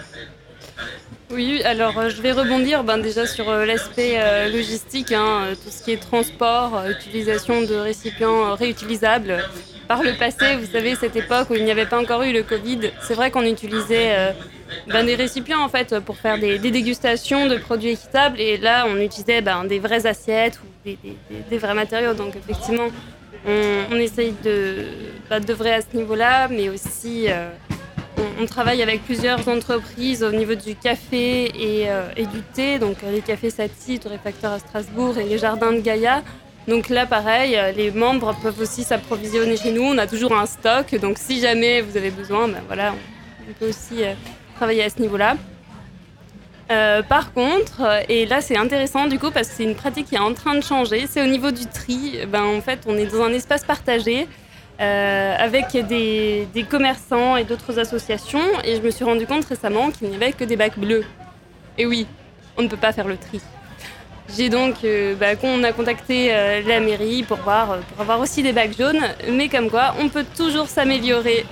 Oui, alors euh, je vais rebondir ben, déjà sur euh, l'aspect euh, logistique, hein, euh, tout ce qui est transport, euh, utilisation de récipients euh, réutilisables. Par le passé, vous savez, cette époque où il n'y avait pas encore eu le Covid, c'est vrai qu'on utilisait euh, ben, des récipients en fait pour faire des, des dégustations de produits équitables, et là on utilisait ben, des vraies assiettes ou des, des, des vrais matériaux. Donc effectivement, on, on essaye de ben, d'œuvrer à ce niveau-là, mais aussi euh, on, on travaille avec plusieurs entreprises au niveau du café et, euh, et du thé, donc les cafés Satie, torréfacteurs à Strasbourg et les jardins de Gaïa. Donc là, pareil, les membres peuvent aussi s'approvisionner chez nous. On a toujours un stock, donc si jamais vous avez besoin, ben voilà, on peut aussi euh, travailler à ce niveau-là. Euh, par contre, et là c'est intéressant du coup parce que c'est une pratique qui est en train de changer, c'est au niveau du tri. Ben, en fait, on est dans un espace partagé euh, avec des, des commerçants et d'autres associations, et je me suis rendu compte récemment qu'il n'y avait que des bacs bleus. Et oui, on ne peut pas faire le tri. J'ai donc, euh, bah, on a contacté euh, la mairie pour, voir, pour avoir aussi des bacs jaunes, mais comme quoi, on peut toujours s'améliorer.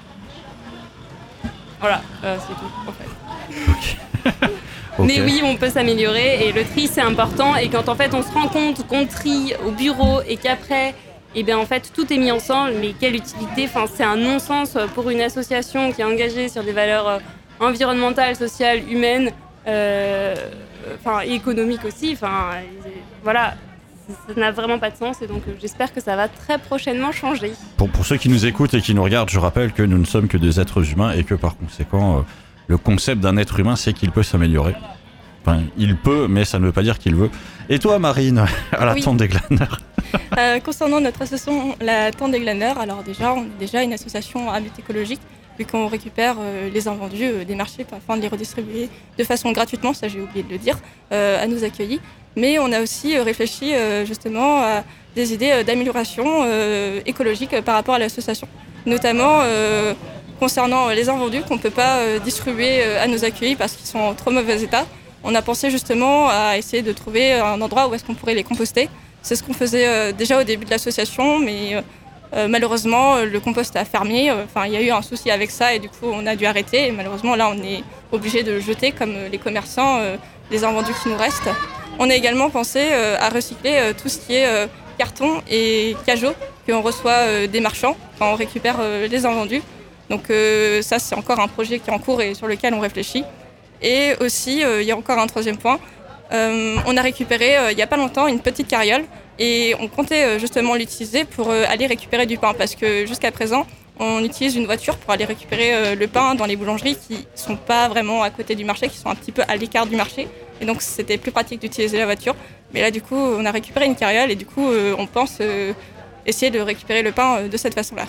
Voilà, euh, c'est tout en fait. Okay. Mais oui, on peut s'améliorer et le tri c'est important. Et quand en fait on se rend compte qu'on trie au bureau et qu'après, eh bien, en fait, tout est mis ensemble, mais quelle utilité, enfin, c'est un non-sens pour une association qui est engagée sur des valeurs euh, environnementales, sociales, humaines. Euh, Enfin, et économique aussi, enfin, voilà, ça n'a vraiment pas de sens et donc euh, j'espère que ça va très prochainement changer. Pour, pour ceux qui nous écoutent et qui nous regardent, je rappelle que nous ne sommes que des êtres humains et que par conséquent, euh, le concept d'un être humain, c'est qu'il peut s'améliorer. Enfin, il peut, mais ça ne veut pas dire qu'il veut. Et toi, Marine, à la oui. Tente des Glaneurs euh, Concernant notre association, la Tente des Glaneurs, alors déjà, on est déjà une association à but écologique, vu qu'on récupère euh, les invendus euh, des marchés afin de les redistribuer de façon gratuitement, ça j'ai oublié de le dire, euh, à nos accueillis. Mais on a aussi euh, réfléchi euh, justement à des idées euh, d'amélioration euh, écologique euh, par rapport à l'association, notamment euh, concernant les invendus qu'on ne peut pas euh, distribuer euh, à nos accueillis parce qu'ils sont en trop mauvais état. On a pensé justement à essayer de trouver un endroit où est-ce qu'on pourrait les composter. C'est ce qu'on faisait euh, déjà au début de l'association, mais euh, Euh, malheureusement, le compost a fermé. Enfin, il y a eu un souci avec ça et du coup, on a dû arrêter. Et malheureusement, là, on est obligé de jeter, comme les commerçants, euh, les invendus qui nous restent. On a également pensé euh, à recycler euh, tout ce qui est euh, carton et cageot qu'on reçoit euh, des marchands quand on récupère euh, les invendus. Donc euh, ça, c'est encore un projet qui est en cours et sur lequel on réfléchit. Et aussi, euh, il y a encore un troisième point. Euh, on a récupéré, euh, il n'y a pas longtemps, une petite carriole. Et on comptait justement l'utiliser pour aller récupérer du pain parce que jusqu'à présent, on utilise une voiture pour aller récupérer le pain dans les boulangeries qui ne sont pas vraiment à côté du marché, qui sont un petit peu à l'écart du marché. Et donc, c'était plus pratique d'utiliser la voiture. Mais là, du coup, on a récupéré une carriole et du coup, on pense essayer de récupérer le pain de cette façon-là.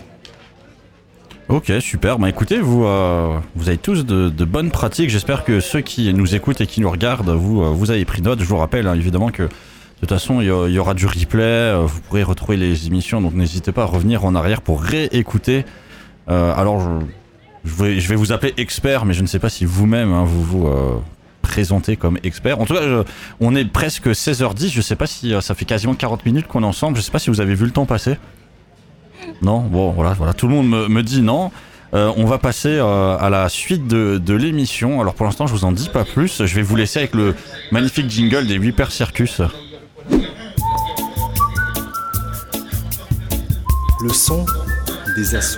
Ok, super. Bah, écoutez, vous, euh, vous avez tous de, de bonnes pratiques. J'espère que ceux qui nous écoutent et qui nous regardent, vous, vous avez pris note. Je vous rappelle hein, évidemment que de toute façon, il y aura du replay, vous pourrez retrouver les émissions, donc n'hésitez pas à revenir en arrière pour réécouter. Euh, alors, je, je, vais, je vais vous appeler expert, mais je ne sais pas si vous-même, hein, vous vous euh, présentez comme expert. En tout cas, je, on est presque seize heures dix, je ne sais pas si ça fait quasiment quarante minutes qu'on est ensemble, je ne sais pas si vous avez vu le temps passer. Non, bon, voilà, voilà. Tout le monde me, me dit non. Euh, on va passer euh, à la suite de, de l'émission. Alors pour l'instant, je vous en dis pas plus. Je vais vous laisser avec le magnifique jingle des Whipper Circus. Le son des assauts.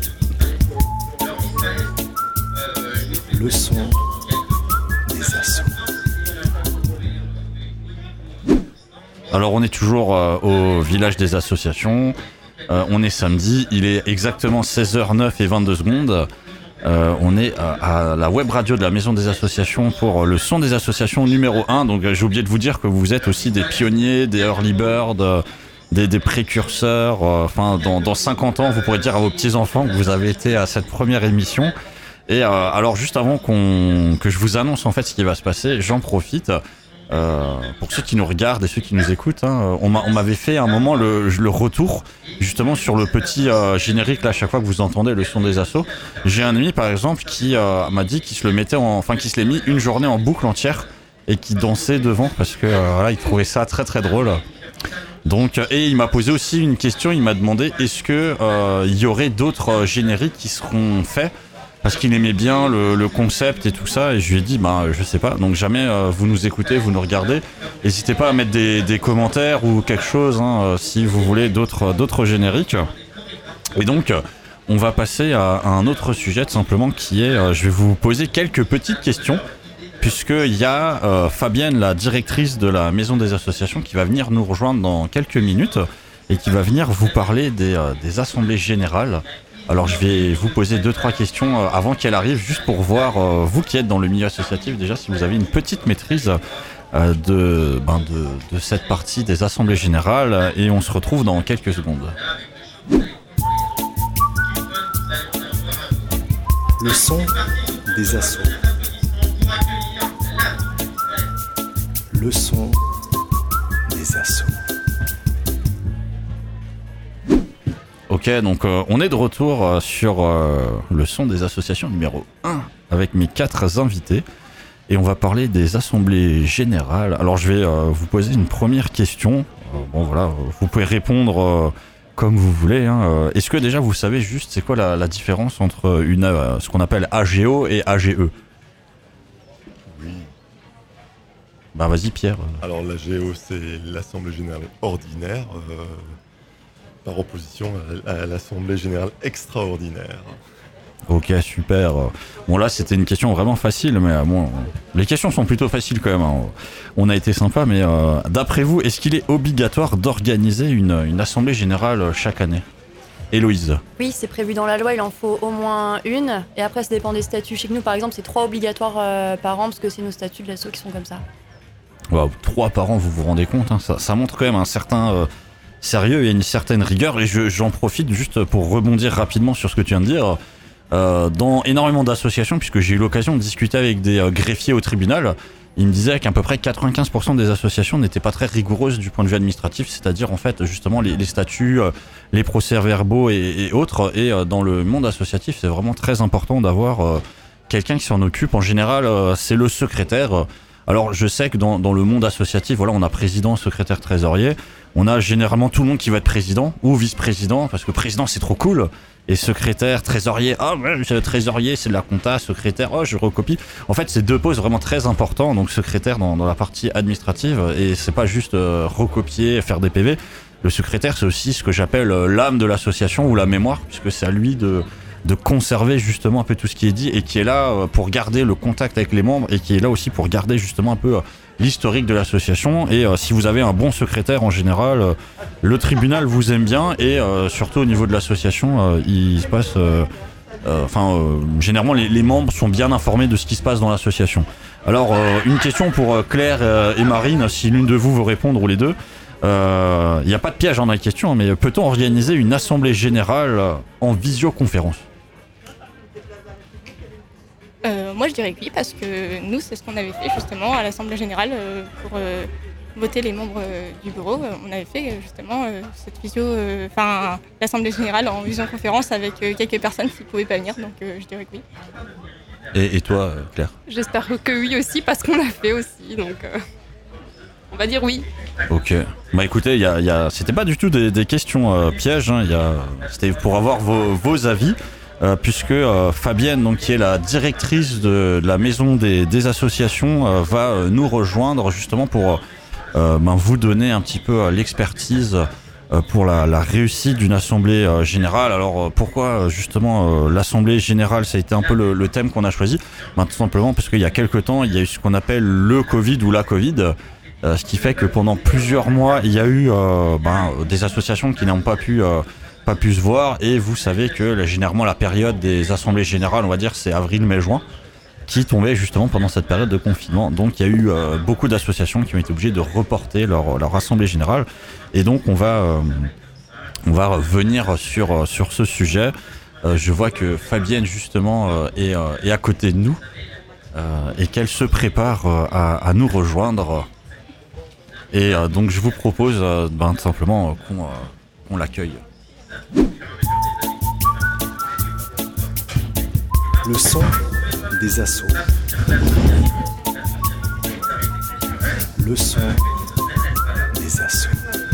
Le son des assauts. Alors on est toujours euh, au village des associations, euh, on est samedi, il est exactement seize heures neuf et vingt-deux secondes. Euh, on est à, à la web radio de la Maison des Associations pour le son des associations numéro un. Donc euh, j'ai oublié de vous dire que vous êtes aussi des pionniers, des early birds, euh, des, des précurseurs. Euh, enfin, dans, dans cinquante ans, vous pourrez dire à vos petits-enfants que vous avez été à cette première émission. Et euh, alors juste avant qu'on, que je vous annonce en fait ce qui va se passer, j'en profite. Euh, pour ceux qui nous regardent et ceux qui nous écoutent, hein, on, m'a, on m'avait fait à un moment le, le retour justement sur le petit euh, générique là, à chaque fois que vous entendez le son des assos. J'ai un ami par exemple qui euh, m'a dit qu'il se le mettait, en, enfin qui se l'est mis une journée en boucle entière et qui dansait devant parce que euh, voilà, il trouvait ça très très drôle. Donc et il m'a posé aussi une question, il m'a demandé est-ce que euh, il y aurait d'autres euh, génériques qui seront faits. Parce qu'il aimait bien le, le concept et tout ça, et je lui ai dit, bah, je sais pas, donc jamais euh, vous nous écoutez, vous nous regardez, n'hésitez pas à mettre des, des commentaires ou quelque chose, hein, euh, si vous voulez d'autres, d'autres génériques. Et donc, on va passer à, à un autre sujet, tout simplement, qui est, euh, je vais vous poser quelques petites questions, puisqu'il y a euh, Fabienne, la directrice de la Maison des Associations, qui va venir nous rejoindre dans quelques minutes, et qui va venir vous parler des, euh, des assemblées générales. Alors je vais vous poser deux trois questions avant qu'elle arrive, juste pour voir, euh, vous qui êtes dans le milieu associatif, déjà si vous avez une petite maîtrise euh, de, ben de, de cette partie des assemblées générales, et on se retrouve dans quelques secondes. Le son des assos. Le son des assos. Ok, donc euh, on est de retour euh, sur euh, le son des associations numéro un avec mes quatre invités et on va parler des assemblées générales. Alors je vais euh, vous poser une première question. Euh, bon voilà, vous pouvez répondre euh, comme vous voulez. Hein. Est-ce que déjà vous savez juste c'est quoi la, la différence entre une, euh, ce qu'on appelle A G O et A G E? Oui. Bah vas-y Pierre. Alors l'A G O c'est l'Assemblée Générale Ordinaire. Euh... par opposition à l'Assemblée Générale Extraordinaire. Ok, super. Bon là, c'était une question vraiment facile, mais bon, les questions sont plutôt faciles quand même. Hein. On a été sympa, mais euh, d'après vous, est-ce qu'il est obligatoire d'organiser une, une Assemblée Générale chaque année? Héloïse? Oui, c'est prévu dans la loi, il en faut au moins une. Et après, ça dépend des statuts. Chez nous, par exemple, c'est trois obligatoires euh, par an, parce que c'est nos statuts de l'asso qui sont comme ça. Wow, trois par an, vous vous rendez compte, hein, ça, ça montre quand même un certain... Euh, sérieux et une certaine rigueur, et je, j'en profite juste pour rebondir rapidement sur ce que tu viens de dire. Euh, dans énormément d'associations, puisque j'ai eu l'occasion de discuter avec des euh, greffiers au tribunal, ils me disaient qu'à peu près quatre-vingt-quinze pour cent des associations n'étaient pas très rigoureuses du point de vue administratif, c'est-à-dire en fait justement les, les statuts, euh, les procès-verbaux et, et autres, et euh, dans le monde associatif c'est vraiment très important d'avoir euh, quelqu'un qui s'en occupe. En général euh, c'est le secrétaire. Alors je sais que dans, dans le monde associatif, voilà, on a président, secrétaire, trésorier. On a généralement tout le monde qui va être président ou vice-président, parce que président c'est trop cool. Et secrétaire, trésorier, ah ouais, c'est trésorier, c'est de la compta, secrétaire, oh je recopie. En fait, c'est deux postes vraiment très importants. Donc secrétaire dans, dans la partie administrative, et c'est pas juste euh, recopier, faire des P V. Le secrétaire, c'est aussi ce que j'appelle euh, l'âme de l'association ou la mémoire, puisque c'est à lui de de conserver justement un peu tout ce qui est dit, et qui est là pour garder le contact avec les membres, et qui est là aussi pour garder justement un peu l'historique de l'association. Et euh, si vous avez un bon secrétaire en général, euh, le tribunal vous aime bien, et euh, surtout au niveau de l'association, euh, il se passe... Enfin, euh, euh, généralement les, les membres sont bien informés de ce qui se passe dans l'association. Alors, euh, une question pour euh, Claire euh, et Marine, si l'une de vous veut répondre, ou les deux. Il euh, n'y a pas de piège dans la question, mais peut-on organiser une assemblée générale en visioconférence? Euh, moi, je dirais que oui, parce que nous, c'est ce qu'on avait fait justement à l'Assemblée Générale euh, pour euh, voter les membres euh, du bureau. Euh, on avait fait euh, justement euh, cette visio, enfin euh, l'Assemblée Générale en visioconférence avec euh, quelques personnes qui ne pouvaient pas venir, donc euh, je dirais que oui. Et, et toi, Claire? J'espère que oui aussi, parce qu'on l'a fait aussi, donc euh, on va dire oui. Ok. Bah écoutez, y a, y a... c'était pas du tout des, des questions euh, pièges, hein. Y a... c'était pour avoir vos, vos avis. Euh, puisque euh, Fabienne, donc, qui est la directrice de, de la Maison des, des Associations, euh, va euh, nous rejoindre justement pour euh, ben, vous donner un petit peu euh, l'expertise euh, pour la, la réussite d'une assemblée euh, générale. Alors euh, pourquoi justement euh, l'assemblée générale, ça a été un peu le, le thème qu'on a choisi? Ben, tout simplement parce qu'il y a quelques temps, il y a eu ce qu'on appelle le Covid ou la Covid. Euh, ce qui fait que pendant plusieurs mois, il y a eu euh, ben, des associations qui n'ont pas pu, euh, pas pu se voir. Et vous savez que là, généralement, la période des assemblées générales, on va dire, c'est avril, mai, juin, qui tombait justement pendant cette période de confinement. Donc il y a eu euh, beaucoup d'associations qui ont été obligées de reporter leur, leur assemblée générale. Et donc on va, euh, on va revenir sur, sur ce sujet. Euh, je vois que Fabienne justement euh, est, euh, est à côté de nous euh, et qu'elle se prépare euh, à, à nous rejoindre. Et euh, donc je vous propose euh, ben, tout simplement euh, qu'on, euh, qu'on l'accueille. Le son des assauts. Le son des assauts.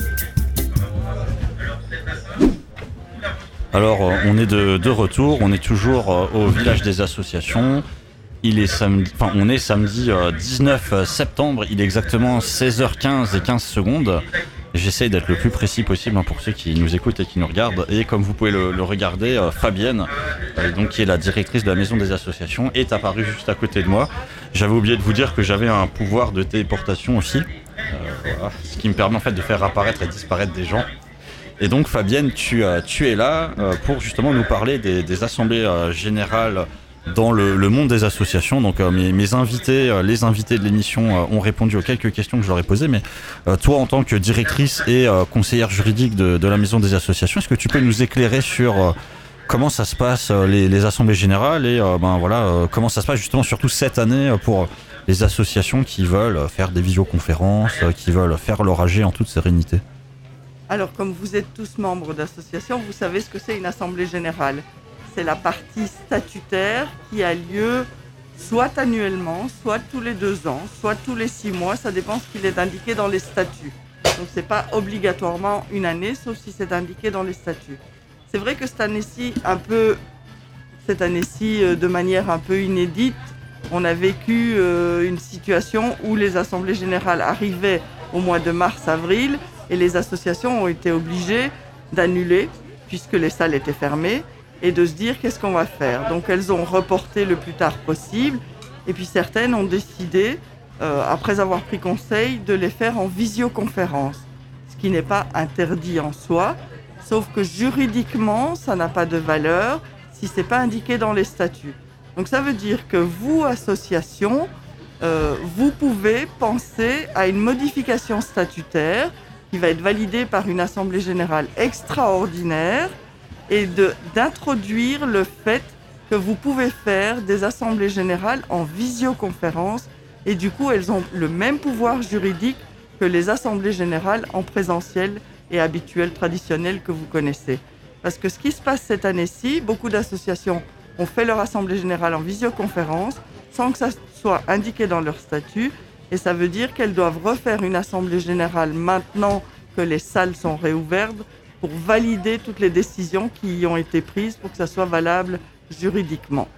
Alors euh, on est de, de retour, on est toujours euh, au village des associations. Il est samedi, enfin on est samedi euh, dix-neuf septembre, il est exactement seize heures quinze et quinze secondes. J'essaye d'être le plus précis possible hein, pour ceux qui nous écoutent et qui nous regardent. Et comme vous pouvez le, le regarder, euh, Fabienne, euh, donc, qui est la directrice de la maison des associations, est apparue juste à côté de moi. J'avais oublié de vous dire que j'avais un pouvoir de téléportation aussi, euh, voilà, ce qui me permet en fait de faire apparaître et disparaître des gens. Et donc Fabienne, tu, euh, tu es là euh, pour justement nous parler des, des assemblées euh, générales dans le, le monde des associations. Donc euh, mes, mes invités, euh, les invités de l'émission euh, ont répondu aux quelques questions que je leur ai posées, mais euh, toi en tant que directrice et euh, conseillère juridique de, de la maison des associations, est-ce que tu peux nous éclairer sur euh, comment ça se passe euh, les, les assemblées générales et euh, ben voilà euh, comment ça se passe justement surtout cette année euh, pour les associations qui veulent faire des visioconférences, euh, qui veulent faire leur A G en toute sérénité? Alors comme vous êtes tous membres d'associations, vous savez ce que c'est une assemblée générale. C'est la partie statutaire qui a lieu soit annuellement, soit tous les deux ans, soit tous les six mois, ça dépend ce qu'il est indiqué dans les statuts. Donc c'est pas obligatoirement une année, sauf si c'est indiqué dans les statuts. C'est vrai que cette année-ci, un peu, cette année-ci, euh, de manière un peu inédite, on a vécu euh, une situation où les assemblées générales arrivaient au mois de mars-avril et les associations ont été obligées d'annuler puisque les salles étaient fermées. Et de se dire qu'est-ce qu'on va faire. Donc elles ont reporté le plus tard possible et puis certaines ont décidé, euh, après avoir pris conseil, de les faire en visioconférence, ce qui n'est pas interdit en soi, sauf que juridiquement ça n'a pas de valeur si c'est pas indiqué dans les statuts. Donc ça veut dire que vous, association, euh, vous pouvez penser à une modification statutaire qui va être validée par une assemblée générale extraordinaire et de, d'introduire le fait que vous pouvez faire des assemblées générales en visioconférence et du coup elles ont le même pouvoir juridique que les assemblées générales en présentiel et habituelles, traditionnelles que vous connaissez. Parce que ce qui se passe cette année-ci, beaucoup d'associations ont fait leur assemblée générale en visioconférence sans que ça soit indiqué dans leur statut et ça veut dire qu'elles doivent refaire une assemblée générale maintenant que les salles sont réouvertes pour valider toutes les décisions qui ont été prises pour que ça soit valable juridiquement.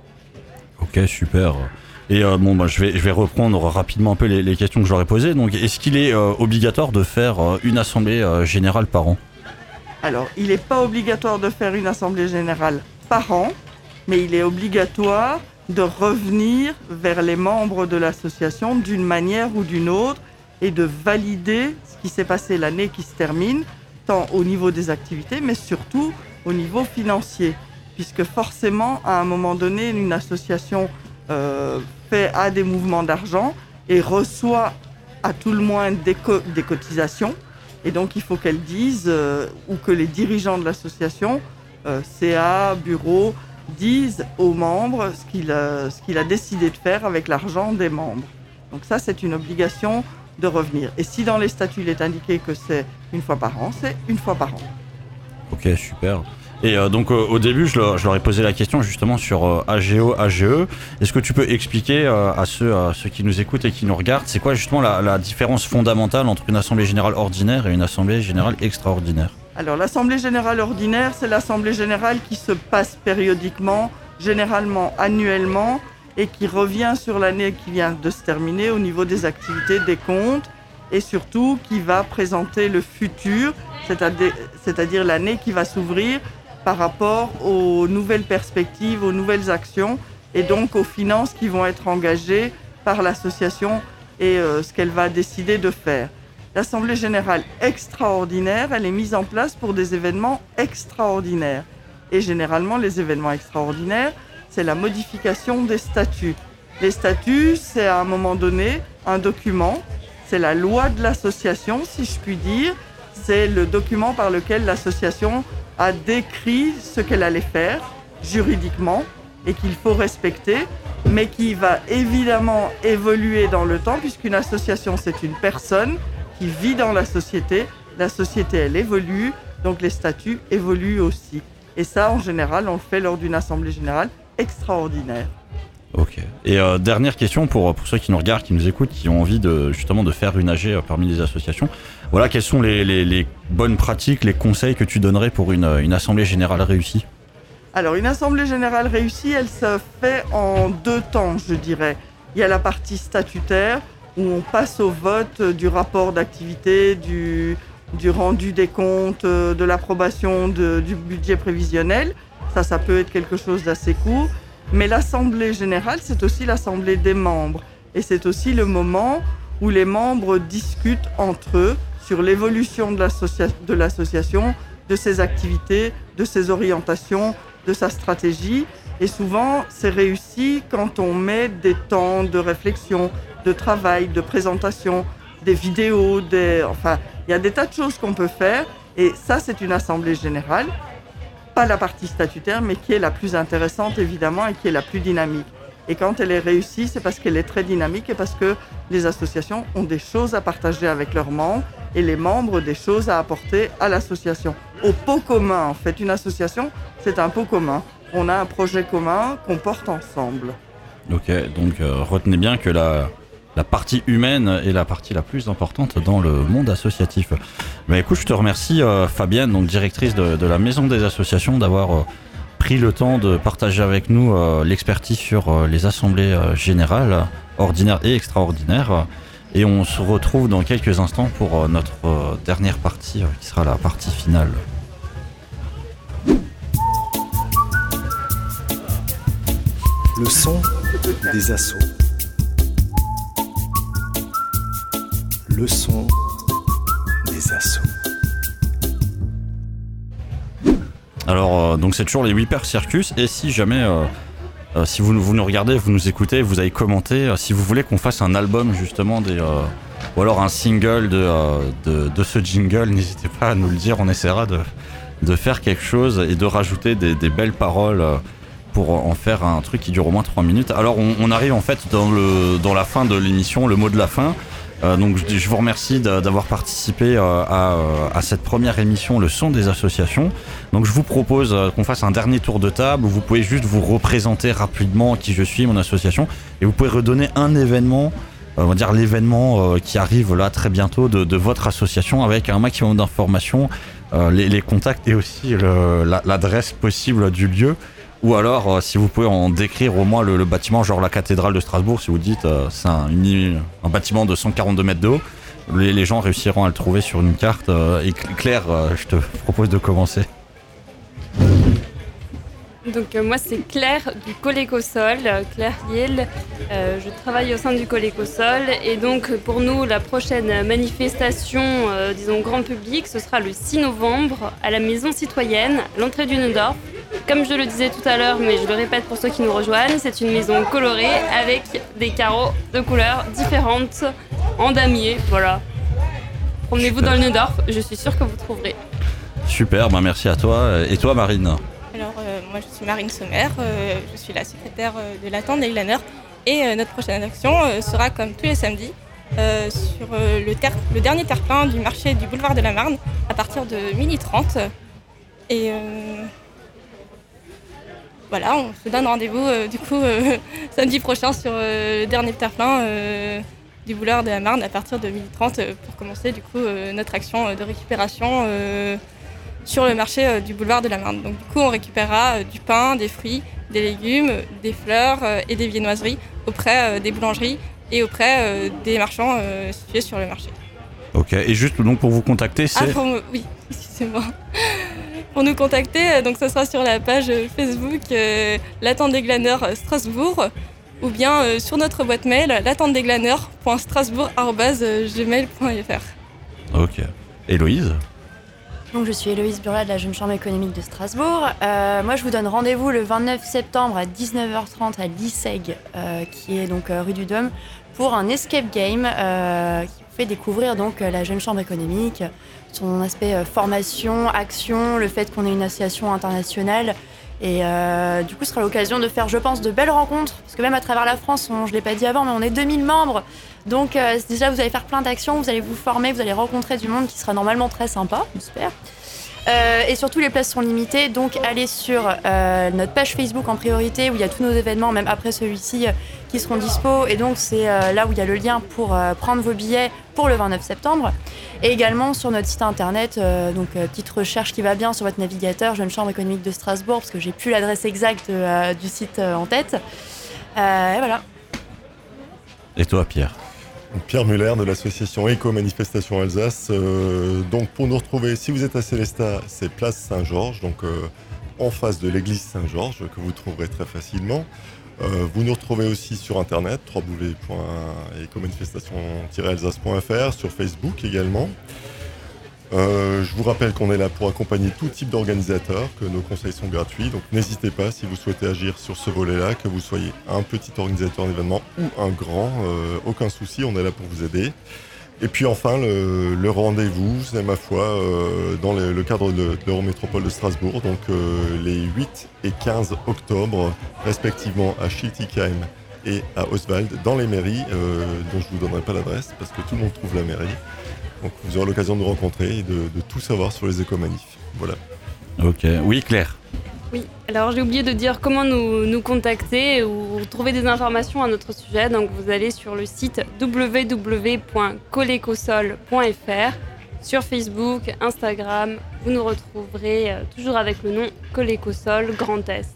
Ok, super. Et euh, bon, bah, je vais je vais reprendre rapidement un peu les, les questions que j'aurais posées. Donc, est-ce qu'il est euh, obligatoire de faire euh, une assemblée euh, générale par an? Alors, il n'est pas obligatoire de faire une assemblée générale par an, mais il est obligatoire de revenir vers les membres de l'association d'une manière ou d'une autre et de valider ce qui s'est passé l'année qui se termine, tant au niveau des activités, mais surtout au niveau financier. Puisque forcément, à un moment donné, une association euh, fait a des mouvements d'argent et reçoit à tout le moins des, co- des cotisations. Et donc, il faut qu'elle dise, euh, ou que les dirigeants de l'association, euh, C A, bureau, disent aux membres ce qu'il, a, ce qu'il a décidé de faire avec l'argent des membres. Donc ça, c'est une obligation de revenir. Et si dans les statuts, il est indiqué que c'est une fois par an, c'est une fois par an. Ok, super. Et euh, donc euh, au début, je leur, je leur ai posé la question justement sur euh, A G O, A G E. Est-ce que tu peux expliquer euh, à, ceux, à ceux qui nous écoutent et qui nous regardent, c'est quoi justement la, la différence fondamentale entre une assemblée générale ordinaire et une assemblée générale extraordinaire? Alors l'assemblée générale ordinaire, c'est l'assemblée générale qui se passe périodiquement, généralement annuellement, et qui revient sur l'année qui vient de se terminer au niveau des activités, des comptes, et surtout qui va présenter le futur, c'est-à-dire, c'est-à-dire l'année qui va s'ouvrir par rapport aux nouvelles perspectives, aux nouvelles actions, et donc aux finances qui vont être engagées par l'association et euh, ce qu'elle va décider de faire. L'Assemblée générale extraordinaire, elle est mise en place pour des événements extraordinaires. Et généralement, les événements extraordinaires, c'est la modification des statuts. Les statuts, c'est à un moment donné un document, c'est la loi de l'association, si je puis dire. C'est le document par lequel l'association a décrit ce qu'elle allait faire juridiquement et qu'il faut respecter, mais qui va évidemment évoluer dans le temps, puisqu'une association, c'est une personne qui vit dans la société. La société, elle évolue, donc les statuts évoluent aussi. Et ça, en général, on le fait lors d'une assemblée générale extraordinaire. Ok. Et euh, dernière question pour, pour ceux qui nous regardent, qui nous écoutent, qui ont envie de, justement de faire une A G parmi les associations. Voilà, quelles sont les, les, les bonnes pratiques, les conseils que tu donnerais pour une, une assemblée générale réussie ? Alors, une assemblée générale réussie, elle se fait en deux temps, je dirais. Il y a la partie statutaire, où on passe au vote du rapport d'activité, du, du rendu des comptes, de l'approbation de, du budget prévisionnel. Ça, ça peut être quelque chose d'assez court. Mais l'Assemblée générale, c'est aussi l'Assemblée des membres. Et c'est aussi le moment où les membres discutent entre eux sur l'évolution de, l'associa- de l'association, de ses activités, de ses orientations, de sa stratégie. Et souvent, c'est réussi quand on met des temps de réflexion, de travail, de présentation, des vidéos, des... enfin, il y a des tas de choses qu'on peut faire. Et ça, c'est une assemblée générale. Pas la partie statutaire, mais qui est la plus intéressante, évidemment, et qui est la plus dynamique. Et quand elle est réussie, c'est parce qu'elle est très dynamique et parce que les associations ont des choses à partager avec leurs membres et les membres des choses à apporter à l'association. Au pot commun, en fait, une association, c'est un pot commun. On a un projet commun qu'on porte ensemble. Ok, donc euh, retenez bien que la, la partie humaine est la partie la plus importante dans le monde associatif. Mais écoute, je te remercie euh, Fabienne, donc directrice de, de la Maison des associations, d'avoir euh, pris le temps de partager avec nous euh, l'expertise sur euh, les assemblées euh, générales, ordinaires et extraordinaires. Et on se retrouve dans quelques instants pour euh, notre euh, dernière partie, euh, qui sera la partie finale. Le son des assauts. Le son des assauts. Alors, euh, donc c'est toujours les Whipper Circus. Et si jamais, euh, euh, si vous, vous nous regardez, vous nous écoutez, vous avez commenté, euh, si vous voulez qu'on fasse un album justement des, euh, ou alors un single de, euh, de, de ce jingle, n'hésitez pas à nous le dire. On essaiera de, de faire quelque chose et de rajouter des, des belles paroles euh, pour en faire un truc qui dure au moins trois minutes. Alors, on, on arrive en fait dans, le, dans la fin de l'émission, le mot de la fin. Euh, donc je, je vous remercie d'avoir participé euh, à, à cette première émission, le son des associations. Donc je vous propose euh, qu'on fasse un dernier tour de table où vous pouvez juste vous représenter rapidement qui je suis, mon association, et vous pouvez redonner un événement, euh, on va dire l'événement euh, qui arrive là très bientôt de, de votre association avec un maximum d'informations, euh, les, les contacts et aussi le, la, l'adresse possible du lieu. Ou alors, euh, si vous pouvez en décrire au moins le, le bâtiment, genre la cathédrale de Strasbourg, si vous dites euh, c'est un, une, un bâtiment de cent quarante-deux mètres de haut, les, les gens réussiront à le trouver sur une carte. Euh, et Claire, euh, je te propose de commencer. Donc euh, moi c'est Claire du Colécosol, euh, Claire Liel. Euh, je travaille au sein du Colécosol et donc pour nous la prochaine manifestation, euh, disons grand public, ce sera le six novembre à la Maison Citoyenne, l'entrée du Neudorf. Comme je le disais tout à l'heure, mais je le répète pour ceux qui nous rejoignent, c'est une maison colorée avec des carreaux de couleurs différentes en damier, voilà. Promenez-vous dans le Neudorf, je suis sûre que vous trouverez. Super, bah merci à toi. Et toi Marine ? Alors, euh, moi, je suis Marine Sommer, euh, je suis la secrétaire euh, de la tente des Glaneurs et euh, notre prochaine action euh, sera, comme tous les samedis, euh, sur euh, le, ter- le dernier terre-plein du marché du boulevard de la Marne à partir de minuit trente. Et euh, voilà, on se donne rendez-vous euh, du coup euh, samedi prochain sur euh, le dernier terre-plein euh, du boulevard de la Marne à partir de minuit trente euh, pour commencer du coup euh, notre action euh, de récupération euh, sur le marché euh, du boulevard de la Marne. Donc du coup, on récupérera euh, du pain, des fruits, des légumes, des fleurs euh, et des viennoiseries auprès euh, des boulangeries et auprès euh, des marchands euh, situés sur le marché. Ok, et juste donc pour vous contacter, c'est... Ah, pour me... oui, excusez-moi. Pour nous contacter, euh, donc ça sera sur la page Facebook euh, La Tente des Glaneurs Strasbourg ou bien euh, sur notre boîte mail la tente des glaneurs point strasbourg arobase gmail point f r. Ok. Héloïse ? Donc, je suis Héloïse Burla de la Jeune Chambre économique de Strasbourg. Euh, moi, je vous donne rendez-vous le vingt-neuf septembre à dix-neuf heures trente à l'I S E G, euh, qui est donc euh, rue du Dôme, pour un escape game euh, qui vous fait découvrir donc la Jeune Chambre économique, son aspect euh, formation, action, le fait qu'on est une association internationale. Et euh, du coup, ce sera l'occasion de faire, je pense, de belles rencontres. Parce que même à travers la France, on, je ne l'ai pas dit avant, mais on est deux mille membres. Donc euh, déjà, vous allez faire plein d'actions, vous allez vous former, vous allez rencontrer du monde qui sera normalement très sympa, j'espère. Euh, et surtout, les places sont limitées. Donc allez sur euh, notre page Facebook en priorité, où il y a tous nos événements, même après celui-ci, euh, qui seront dispo. Et donc, c'est euh, là où il y a le lien pour euh, prendre vos billets pour le vingt-neuf septembre. Et également sur notre site internet, euh, donc euh, petite recherche qui va bien sur votre navigateur, Jeune Chambre économique de Strasbourg, parce que j'ai plus l'adresse exacte euh, du site euh, en tête. Euh, et voilà. Et toi, Pierre ? Pierre Muller de l'association Éco-Manifestation Alsace. Euh, donc pour nous retrouver, si vous êtes à Célestat, c'est place Saint-Georges, donc euh, en face de l'église Saint-Georges, que vous trouverez très facilement. Euh, vous nous retrouvez aussi sur internet, w w w point éco manifestation tiret alsace point f r, sur Facebook également. Euh, je vous rappelle qu'on est là pour accompagner tout type d'organisateurs, que nos conseils sont gratuits, donc n'hésitez pas si vous souhaitez agir sur ce volet-là, que vous soyez un petit organisateur d'événements ou un grand, euh, aucun souci, on est là pour vous aider. Et puis enfin, le, le rendez-vous, c'est ma foi, euh, dans le, le cadre de, de l'Eurométropole de Strasbourg, donc euh, les huit et quinze octobre, respectivement à Schiltigheim et à Oswald, dans les mairies, euh, dont je ne vous donnerai pas l'adresse, parce que tout le monde trouve la mairie. Donc vous aurez l'occasion de nous rencontrer et de, de tout savoir sur les éco-manifs. Voilà. Ok. Oui, Claire. Oui, alors j'ai oublié de dire comment nous, nous contacter ou trouver des informations à notre sujet. Donc vous allez sur le site w w w point colecosol point f r, sur Facebook, Instagram. Vous nous retrouverez euh, toujours avec le nom Colecosol Grand Est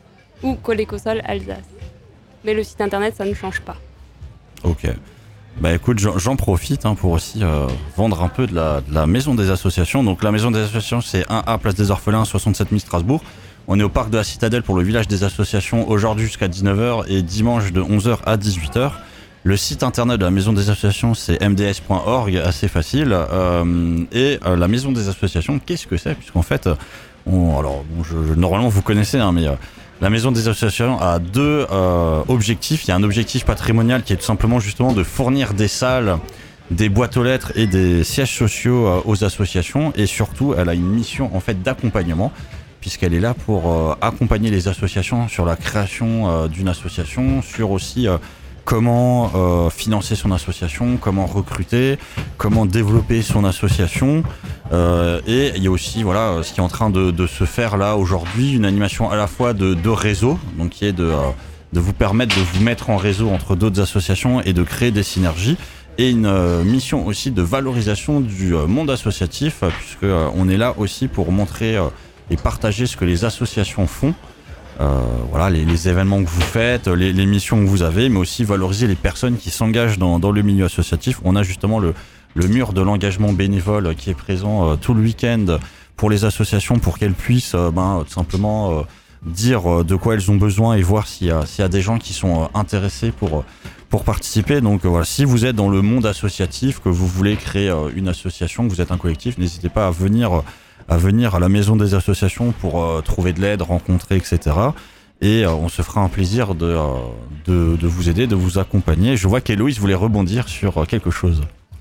ou Colecosol Alsace. Mais le site internet, ça ne change pas. Ok. Bah écoute, j'en, j'en profite hein, pour aussi euh, vendre un peu de la, de la maison des associations. Donc la maison des associations, c'est un A, place des Orphelins, soixante-sept mille Strasbourg. On est au parc de la Citadelle pour le village des associations, aujourd'hui jusqu'à dix-neuf heures et dimanche de onze heures à dix-huit heures. Le site internet de la maison des associations, c'est m d s point org, assez facile. Euh, et euh, la maison des associations, qu'est-ce que c'est ? Puisqu'en fait, on, alors bon, je, je, normalement vous connaissez, hein, mais... Euh, La maison des associations a deux euh, objectifs. Il y a un objectif patrimonial qui est tout simplement justement de fournir des salles, des boîtes aux lettres et des sièges sociaux euh, aux associations. Et surtout, elle a une mission en fait d'accompagnement, puisqu'elle est là pour euh, accompagner les associations sur la création euh, d'une association, sur aussi euh, comment euh, financer son association, comment recruter, comment développer son association. Euh, et il y a aussi voilà ce qui est en train de, de se faire là aujourd'hui, une animation à la fois de, de réseau, donc qui est de, euh, de vous permettre de vous mettre en réseau entre d'autres associations et de créer des synergies, et une euh, mission aussi de valorisation du euh, monde associatif, puisque euh, on est là aussi pour montrer euh, et partager ce que les associations font. Euh, voilà, les, les événements que vous faites, les, les missions que vous avez, mais aussi valoriser les personnes qui s'engagent dans, dans le milieu associatif. On a justement le, le mur de l'engagement bénévole qui est présent euh, tout le week-end pour les associations, pour qu'elles puissent euh, ben, tout simplement euh, dire euh, de quoi elles ont besoin et voir s'il y a, s'il y a des gens qui sont euh, intéressés pour, pour participer. Donc euh, voilà, si vous êtes dans le monde associatif, que vous voulez créer euh, une association, que vous êtes un collectif, n'hésitez pas à venir... Euh, à venir à la maison des associations pour euh, trouver de l'aide, rencontrer, et cetera. Et euh, on se fera un plaisir de, euh, de, de vous aider, de vous accompagner. Je vois qu'Héloïse voulait rebondir sur euh, quelque chose.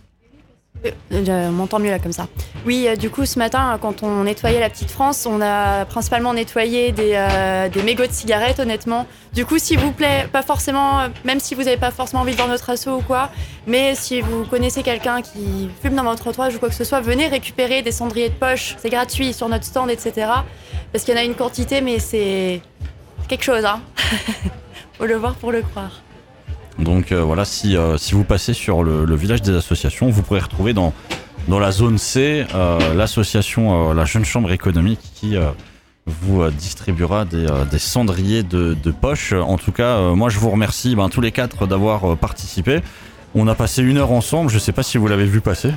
Euh, on m'entend mieux là comme ça. Oui, euh, du coup ce matin quand on nettoyait la Petite France, on a principalement nettoyé des, euh, des mégots de cigarettes honnêtement. Du coup s'il vous plaît, pas forcément, euh, même si vous n'avez pas forcément envie de voir notre asso ou quoi, mais si vous connaissez quelqu'un qui fume dans votre entourage ou quoi que ce soit, venez récupérer des cendriers de poche, c'est gratuit sur notre stand, et cetera. Parce qu'il y en a une quantité mais c'est quelque chose, hein. Faut le voir pour le croire. Donc euh, voilà, si, euh, si vous passez sur le, le village des associations, vous pourrez retrouver dans, dans la zone C euh, l'association euh, La Jeune Chambre économique qui euh, vous euh, distribuera des, euh, des cendriers de, de poche. En tout cas, euh, moi je vous remercie ben, tous les quatre d'avoir euh, participé. On a passé une heure ensemble, je sais pas si vous l'avez vu passer.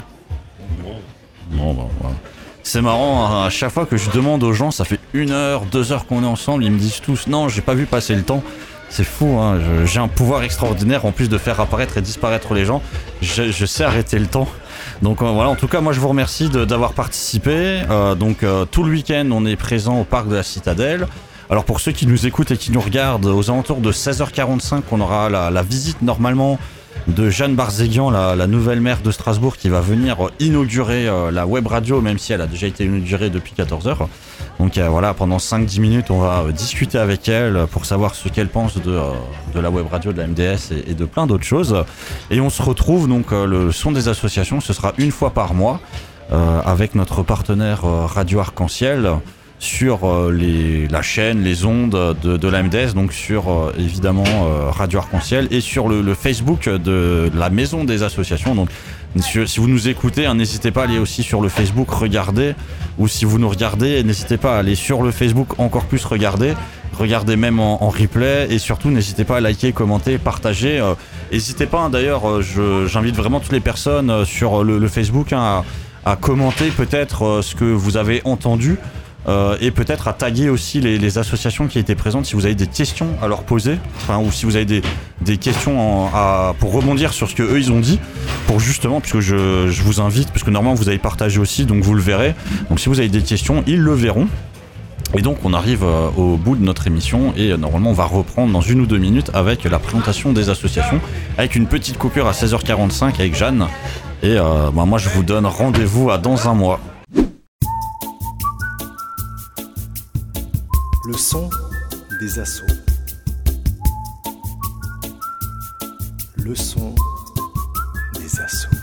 Non, ben, voilà. C'est marrant, hein, à chaque fois que je demande aux gens, ça fait une heure, deux heures qu'on est ensemble, ils me disent tous non, j'ai pas vu passer le temps. C'est fou, hein. je, j'ai un pouvoir extraordinaire en plus de faire apparaître et disparaître les gens. Je, je sais arrêter le temps. Donc euh, voilà, en tout cas, moi je vous remercie de, d'avoir participé. Euh, donc euh, tout le week-end, on est présent au parc de la Citadelle. Alors pour ceux qui nous écoutent et qui nous regardent, aux alentours de seize heures quarante-cinq, on aura la, la visite normalement de Jeanne Barzéguian, la, la nouvelle maire de Strasbourg, qui va venir inaugurer euh, la web radio, même si elle a déjà été inaugurée depuis quatorze heures. Donc euh, voilà, pendant cinq dix minutes, on va euh, discuter avec elle pour savoir ce qu'elle pense de, euh, de la web radio, de la M D S et, et de plein d'autres choses. Et on se retrouve donc euh, le son des associations, ce sera une fois par mois euh, avec notre partenaire euh, Radio Arc-en-Ciel sur euh, les, la chaîne, les ondes de, de la M D S, donc sur euh, évidemment euh, Radio Arc-en-Ciel et sur le, le Facebook de, de la Maison des Associations. Donc si, si vous nous écoutez, hein, n'hésitez pas à aller aussi sur le Facebook regarder, ou si vous nous regardez, n'hésitez pas à aller sur le Facebook encore plus regarder, regardez même en, en replay, et surtout n'hésitez pas à liker, commenter, partager. Euh, n'hésitez pas, hein, d'ailleurs, euh, je, j'invite vraiment toutes les personnes euh, sur le, le Facebook hein, à, à commenter peut-être euh, ce que vous avez entendu. Euh, et peut-être à taguer aussi les, les associations qui étaient présentes si vous avez des questions à leur poser, enfin, ou si vous avez des, des questions en, à, pour rebondir sur ce que eux ils ont dit, pour justement, puisque je, je vous invite, parce que normalement vous avez partagé aussi, donc vous le verrez, donc si vous avez des questions, ils le verront. Et donc on arrive euh, au bout de notre émission et euh, normalement on va reprendre dans une ou deux minutes avec la présentation des associations, avec une petite coupure à seize heures quarante-cinq avec Jeanne. Et euh, bah, moi je vous donne rendez-vous à dans un mois. Le son des assos. Le son des assos.